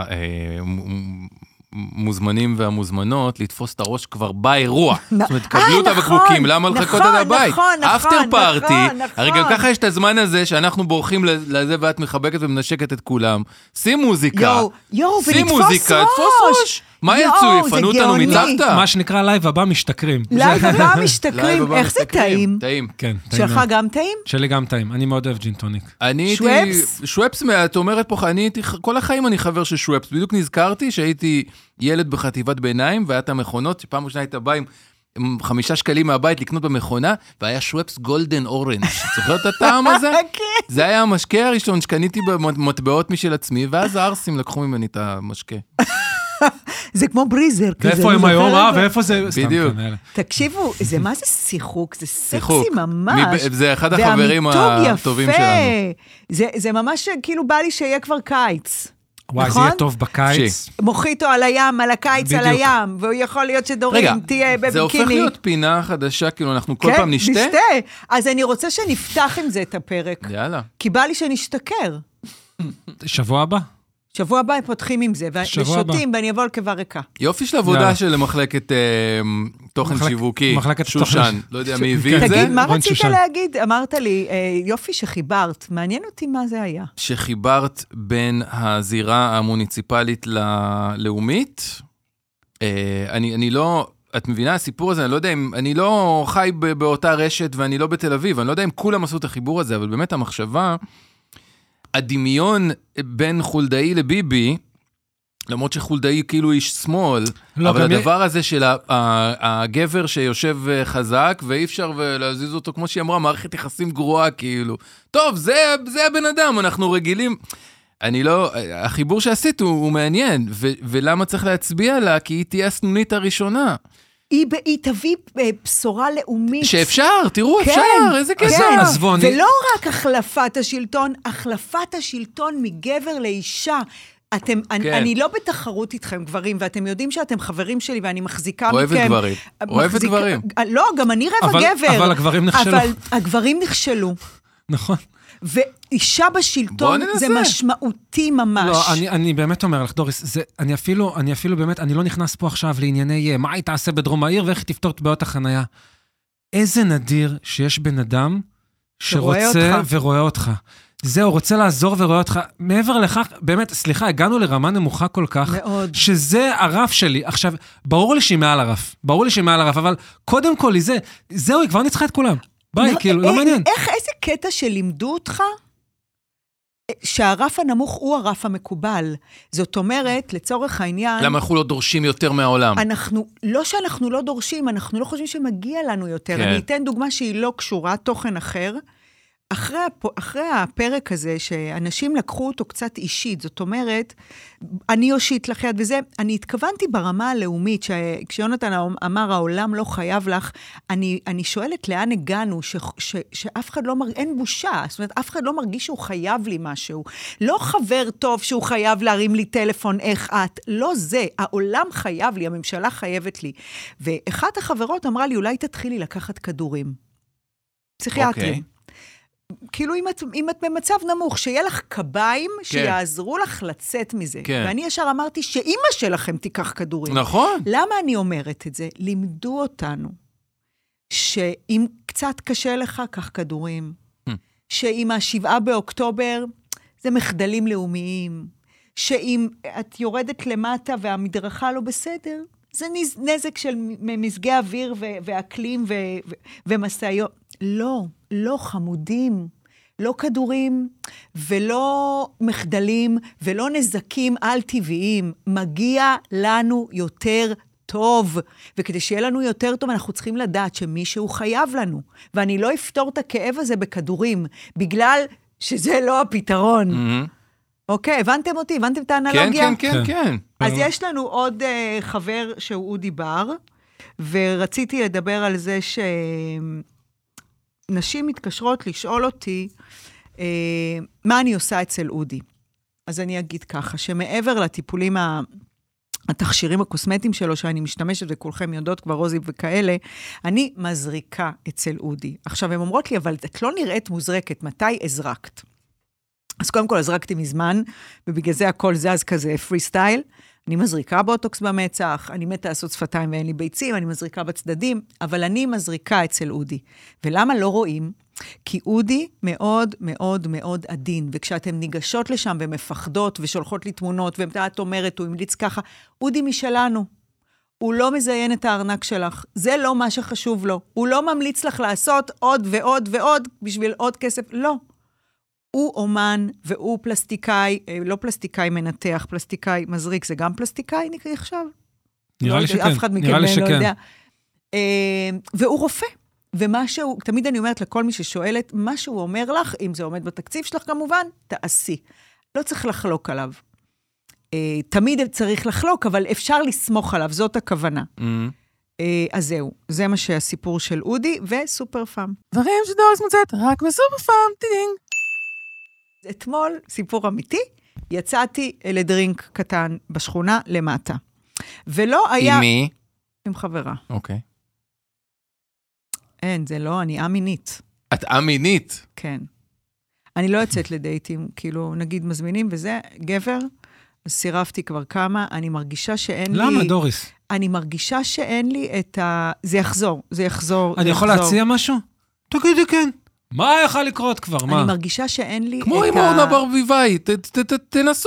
המוזמנים והמוזמנות, לתפוס את הראש כבר באירוע. זאת אומרת, קבלו את הבקבוקים, למה לחכות עד הבית? אפטר פארטי, הרי גם ככה יש את הזמן הזה, שאנחנו בורחים לזה, ואת מחבקת ומנשקת את כולם. שים מוזיקה, שים מוזיקה, תפוס ראש. מה יצאו? יפנו אותנו מצוות? מה שנקרא לייב הבא משתכרים. לייב הבא משתכרים, איך זה טעים? טעים. כן. שלך גם טעים? שלי גם טעים, אני מאוד אוהב ג'ין טוניק. שוואפס? שוואפס, את אומרת פה, כל החיים אני חבר של שוואפס, בדיוק נזכרתי שהייתי ילד בחטיבת ביניים, והיה את המכונות, שפעם ראשונה היית בא עם חמישה שקלים מהבית לקנות במכונה, והיה שוואפס גולדן אורנג'. זוכר את הטעם הזה? זה היה המשקה הראשון שקניתי במטבעות משל עצמי, ואז הארסים לקחו ממני את המשקה. זה כמו בריזר. ואיפה הם היום, אה? ואיפה זה... בדיוק. תקשיבו, זה מה זה שיחוק? זה סקסי ממש. זה אחד החברים הטובים שלנו. זה ממש כאילו בא לי שיהיה כבר קיץ. וואי, זה יהיה טוב בקיץ. מוחיטו על הים, על הקיץ על הים, והוא יכול להיות שדורין תהיה בביקיני. זה הופך להיות פינה חדשה, כאילו אנחנו כל פעם נשתה? כן, נשתה. אז אני רוצה שנפתח עם זה את הפרק. יאללה. כי בא לי שנשתכר. שבוע הבא? שבוע הבא פותחים עם זה, ושותים, ואני אבוא כבר ריקה. יופי של עבודה של למחלקת תוכן שיווקי, שושן, לא יודע מי הביא את זה. תגיד, מה רצית להגיד? אמרת לי, יופי שחיברת, מעניין אותי מה זה היה. שחיברת בין הזירה המוניציפלית ללאומית, אני לא... את מבינה, הסיפור הזה, אני לא יודע אם, אני לא חי באותה רשת, ואני לא בתל אביב, אני לא יודע אם כולם עשו את החיבור הזה, אבל באמת המחשבה, הדמיון בין חולדאי לביבי, למרות שחולדאי כאילו איש שמאל, לא, אבל הדבר י... הזה של הגבר שיושב חזק, ואי אפשר להזיז אותו, כמו שהיא אמרה, מערכת יחסים גרועה כאילו. טוב, זה, זה הבן אדם, אנחנו רגילים. אני לא, החיבור שעשית הוא, הוא מעניין, ו, ולמה צריך להצביע לה? כי היא תהיה הסנונית הראשונה. היא, היא תביא בשורה לאומית. שאפשר, תראו, כן, אפשר, איזה כיף. כן. ולא רק החלפת השלטון, החלפת השלטון מגבר לאישה. אתם, כן. אני, אני לא בתחרות איתכם, גברים, ואתם יודעים שאתם חברים שלי, ואני מחזיקה מכם. אוהבת גברים. אוהבת גברים. לא, גם אני רבע אבל, גבר. אבל הגברים נכשלו. אבל הגברים נכשלו. נכון. ואישה בשלטון זה משמעותי ממש. לא, אני, אני באמת אומר לך, דוריס, זה, אני אפילו, אני אפילו באמת, אני לא נכנס פה עכשיו לענייני מה היא תעשה בדרום העיר, ואיך היא תפתור את בעיות החנייה. איזה נדיר שיש בן אדם שרוצה ורואה אותך. זהו, רוצה לעזור ורואה אותך. מעבר לכך, באמת, סליחה, הגענו לרמה נמוכה כל כך, מאוד. שזה הרף שלי. עכשיו, ברור לי שהיא מעל הרף. ברור לי שהיא מעל הרף, אבל קודם כל, זה, זהו, היא כבר ניצחה את כולם. ביי, כאילו, לא מעניין. איך, איזה קטע שלימדו אותך, שהרף הנמוך הוא הרף המקובל. זאת אומרת, לצורך העניין... למה אנחנו לא דורשים יותר מהעולם? אנחנו, לא שאנחנו לא דורשים, אנחנו לא חושבים שמגיע לנו יותר. כן. אני אתן דוגמה שהיא לא קשורה, תוכן אחר. אחרי, אחרי הפרק הזה, שאנשים לקחו אותו קצת אישית, זאת אומרת, אני אושיט לך יד וזה, אני התכוונתי ברמה הלאומית, כשיונתן אמר, העולם לא חייב לך, אני, אני שואלת לאן הגענו, ש, ש, שאף אחד לא מרגיש, אין בושה, זאת אומרת, אף אחד לא מרגיש שהוא חייב לי משהו, לא חבר טוב שהוא חייב להרים לי טלפון, איך את, לא זה, העולם חייב לי, הממשלה חייבת לי. ואחת החברות אמרה לי, אולי תתחילי לקחת כדורים. פסיכיאטרים. Okay. כאילו אם את, אם את במצב נמוך, שיהיה לך קביים כן. שיעזרו לך לצאת מזה. כן. ואני ישר אמרתי שאמא שלכם תיקח כדורים. נכון. למה אני אומרת את זה? לימדו אותנו שאם קצת קשה לך, קח כדורים. Hmm. שאם השבעה באוקטובר, זה מחדלים לאומיים. שאם את יורדת למטה והמדרכה לא בסדר, זה נזק של מזגי אוויר ואקלים ומסעיות. לא, לא חמודים, לא כדורים, ולא מחדלים, ולא נזקים על טבעיים. מגיע לנו יותר טוב, וכדי שיהיה לנו יותר טוב, אנחנו צריכים לדעת שמישהו חייב לנו. ואני לא אפתור את הכאב הזה בכדורים, בגלל שזה לא הפתרון. Mm-hmm. אוקיי, הבנתם אותי? הבנתם את האנלוגיה? כן, כן, כן, כן. אז יש לנו עוד uh, חבר שהוא אודי בר, ורציתי לדבר על זה שנשים מתקשרות לשאול אותי, uh, מה אני עושה אצל אודי. אז אני אגיד ככה, שמעבר לטיפולים ה... התכשירים הקוסמטיים שלו, שאני משתמשת, וכולכם יודעות כבר רוזי וכאלה, אני מזריקה אצל אודי. עכשיו, הן אומרות לי, אבל את לא נראית מוזרקת, מתי הזרקת? אז קודם כל הזרקתי מזמן, ובגלל זה הכל זז כזה פרי סטייל. אני מזריקה בוטוקס במצח, אני מתה לעשות שפתיים ואין לי ביצים, אני מזריקה בצדדים, אבל אני מזריקה אצל אודי. ולמה לא רואים? כי אודי מאוד מאוד מאוד עדין, וכשאתם ניגשות לשם ומפחדות ושולחות לי תמונות, ואת אומרת, הוא המליץ ככה, אודי משלנו. הוא לא מזיין את הארנק שלך, זה לא מה שחשוב לו. הוא לא ממליץ לך לעשות עוד ועוד ועוד בשביל עוד כסף, לא. הוא אומן, והוא פלסטיקאי, לא פלסטיקאי מנתח, פלסטיקאי מזריק, זה גם פלסטיקאי נקרא עכשיו? נראה לי שכן, אף אחד מכם לא יודע. והוא רופא, ומשהו, תמיד אני אומרת לכל מי ששואלת, מה שהוא אומר לך, אם זה עומד בתקציב שלך כמובן, תעשי. לא צריך לחלוק עליו. תמיד צריך לחלוק, אבל אפשר לסמוך עליו, זאת הכוונה. אז זהו, זה מה שהסיפור של אודי, וסופר פאם. דברים שדורס מוצאת רק בסופר פאם, טינג. אתמול, סיפור אמיתי, יצאתי לדרינק קטן בשכונה למטה. ולא היה... עם מי? עם חברה. אוקיי. אין, זה לא, אני אמינית. את אמינית? כן. אני לא יוצאת לדייטים, כאילו, נגיד מזמינים, וזה גבר, סירבתי כבר כמה, אני מרגישה שאין למה, לי... למה, דוריס? אני מרגישה שאין לי את ה... זה יחזור, זה יחזור. אני זה יכול יחזור. להציע משהו? תגידי כן. מה יכול לקרות כבר? מה? אני מרגישה שאין לי כמו את עם ה... אורנה ברביבאי, ת- ת- ת- תנסו.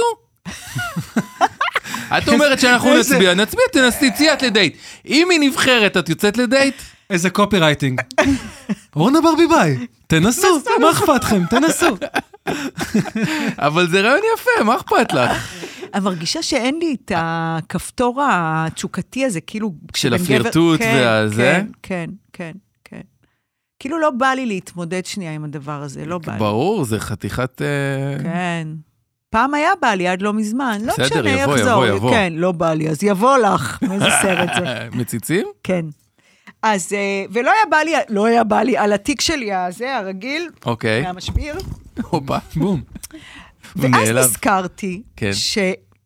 את אומרת שאנחנו נצביע, נצביע, תנסי, ציית לדייט. אם היא נבחרת, את יוצאת לדייט? איזה קופי רייטינג. אורנה ברביבאי, תנסו, מה אכפת לכם? תנסו. אבל זה רעיון יפה, מה אכפת לך? אני מרגישה שאין לי את הכפתור התשוקתי הזה, כאילו... של כשבן גבר- הפלירטוט כן, והזה? כן, כן, כן, כן. כאילו לא בא לי להתמודד שנייה עם הדבר הזה, לא בא לי. ברור, זה חתיכת... אה, כן. פעם היה בא לי, עד לא מזמן. לא בסדר, משנה, יבוא, יחזור. יבוא, יבוא. כן, לא בא לי, אז יבוא לך. איזה סרט זה. מציצים? כן. אז, אה, ולא היה בא לי, לא היה בא לי, על התיק שלי, הזה, הרגיל, אוקיי. מהמשביר. הופה. בום. ואז ונעלב. נזכרתי, כן. ש...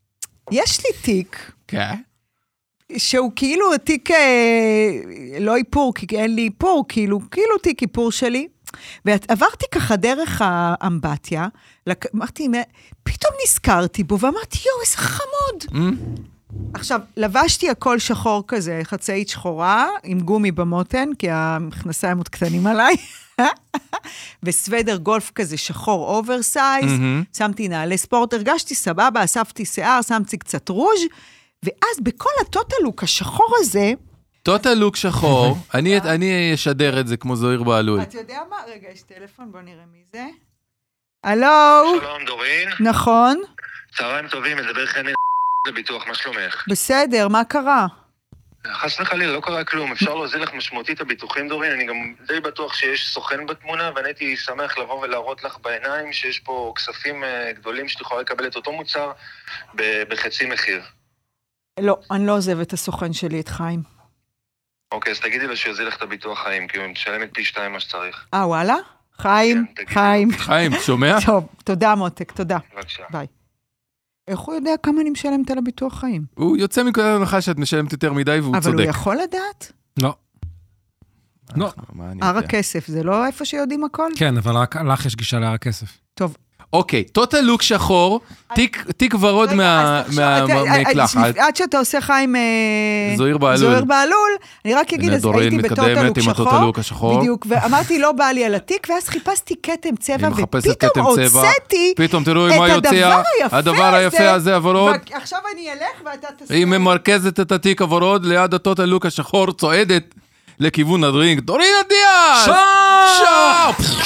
יש לי תיק, כן. שהוא כאילו תיק, לא איפור, כי אין לי איפור, כאילו, כאילו תיק איפור שלי, ועברתי ככה דרך האמבטיה, אמרתי, פתאום נזכרתי בו, ואמרתי, יו, איזה חמוד. עכשיו, לבשתי הכל שחור כזה, חצאית שחורה, עם גומי במותן, כי המכנסיים מאוד קטנים עליי, וסוודר גולף כזה שחור אוברסייז, שמתי נעלי ספורט, הרגשתי סבבה, אספתי שיער, שמתי קצת רוז', ואז בכל הטוטלוק השחור הזה... טוטלוק שחור, אני אשדר את זה כמו זוהיר בעלול. אתה יודע מה? רגע, יש טלפון, בוא נראה מי זה. הלו? שלום דורין. נכון. צהריים טובים, מדבר חני לביטוח, מה שלומך? בסדר, מה קרה? חס וחלילה, לא קרה כלום, אפשר להוזיל לך משמעותית הביטוחים דורין, אני גם די בטוח שיש סוכן בתמונה, ואני הייתי שמח לבוא ולהראות לך בעיניים שיש פה כספים גדולים שאת יכולה לקבל את אותו מוצר בחצי מחיר. לא, אני לא עוזב את הסוכן שלי, את חיים. אוקיי, אז תגידי לו שיוזיל לך את הביטוח חיים, כי הוא משלם את פי שתיים מה שצריך. אה, וואלה? חיים, חיים. חיים, שומע? טוב, תודה מותק, תודה. בבקשה. ביי. איך הוא יודע כמה אני משלמת על הביטוח חיים? הוא יוצא מנקודת הנחה שאת משלמת יותר מדי והוא צודק. אבל הוא יכול לדעת? לא. לא. הר הכסף, זה לא איפה שיודעים הכל? כן, אבל רק לך יש גישה להר הכסף. טוב. אוקיי, טוטל לוק שחור, תיק ורוד מהמקלחת. עד שאתה עושה חיים זוהיר בעלול. זוהיר בעלול, אני רק אגיד, אז הייתי בטוטל לוק שחור, בדיוק, ואמרתי לא בא לי על התיק, ואז חיפשתי כתם צבע, ופתאום הוצאתי פתאום תראו מה יוצא, הדבר היפה הזה הוורוד. עכשיו אני אלך ואתה תסתכל. היא ממרכזת את התיק הוורוד ליד הטוטל לוק השחור, צועדת לכיוון הדרינק. דורין אטיאס! שואו!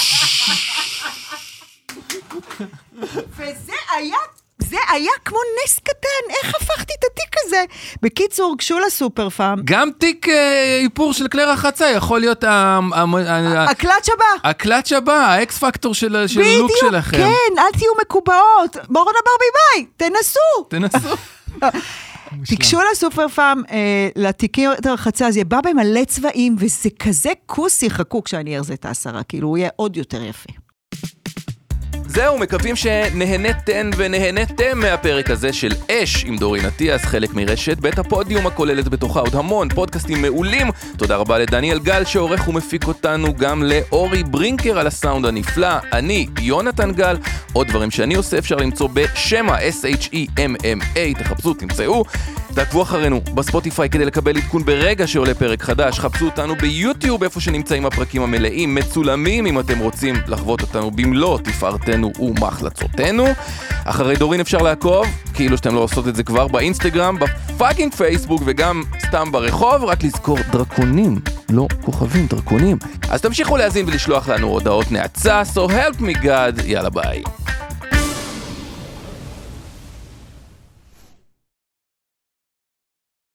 וזה היה, זה היה כמו נס קטן, איך הפכתי את התיק הזה? בקיצור, גשו לסופר פארם. גם תיק איפור של כלי רחצה, יכול להיות הקלאץ' הבא. הקלאץ' הבא, האקס פקטור של לוק שלכם. בדיוק, כן, אל תהיו מקובעות. מורונה ברבי ביי, תנסו. תנסו. תיגשו לסופר פארם, לתיקים את הרחצה, אז יהיה בא בהם מלא צבעים, וזה כזה כוס יחכו כשאני ארזה את העשרה, כאילו הוא יהיה עוד יותר יפה. זהו, מקווים שנהנתן ונהנתם מהפרק הזה של אש עם דורין אטיאס, חלק מרשת בית הפודיום הכוללת בתוכה עוד המון פודקאסטים מעולים. תודה רבה לדניאל גל שעורך ומפיק אותנו, גם לאורי ברינקר על הסאונד הנפלא, אני יונתן גל. עוד דברים שאני עושה אפשר למצוא בשמה, אס אייץ' אי אם אם איי, תחפשו, תמצאו. תעקבו אחרינו בספוטיפיי כדי לקבל עדכון ברגע שעולה פרק חדש. חפשו אותנו ביוטיוב איפה שנמצאים הפרקים המלאים, מצולמים אם אתם רוצים לחוות אותנו במלוא תפארתנו ומחלצותינו. אחרי דורין אפשר לעקוב, כאילו שאתם לא עושות את זה כבר, באינסטגרם, בפאקינג פייסבוק וגם סתם ברחוב, רק לזכור דרקונים, לא כוכבים, דרקונים. אז תמשיכו להזין ולשלוח לנו הודעות נאצה, so help me God, יאללה ביי.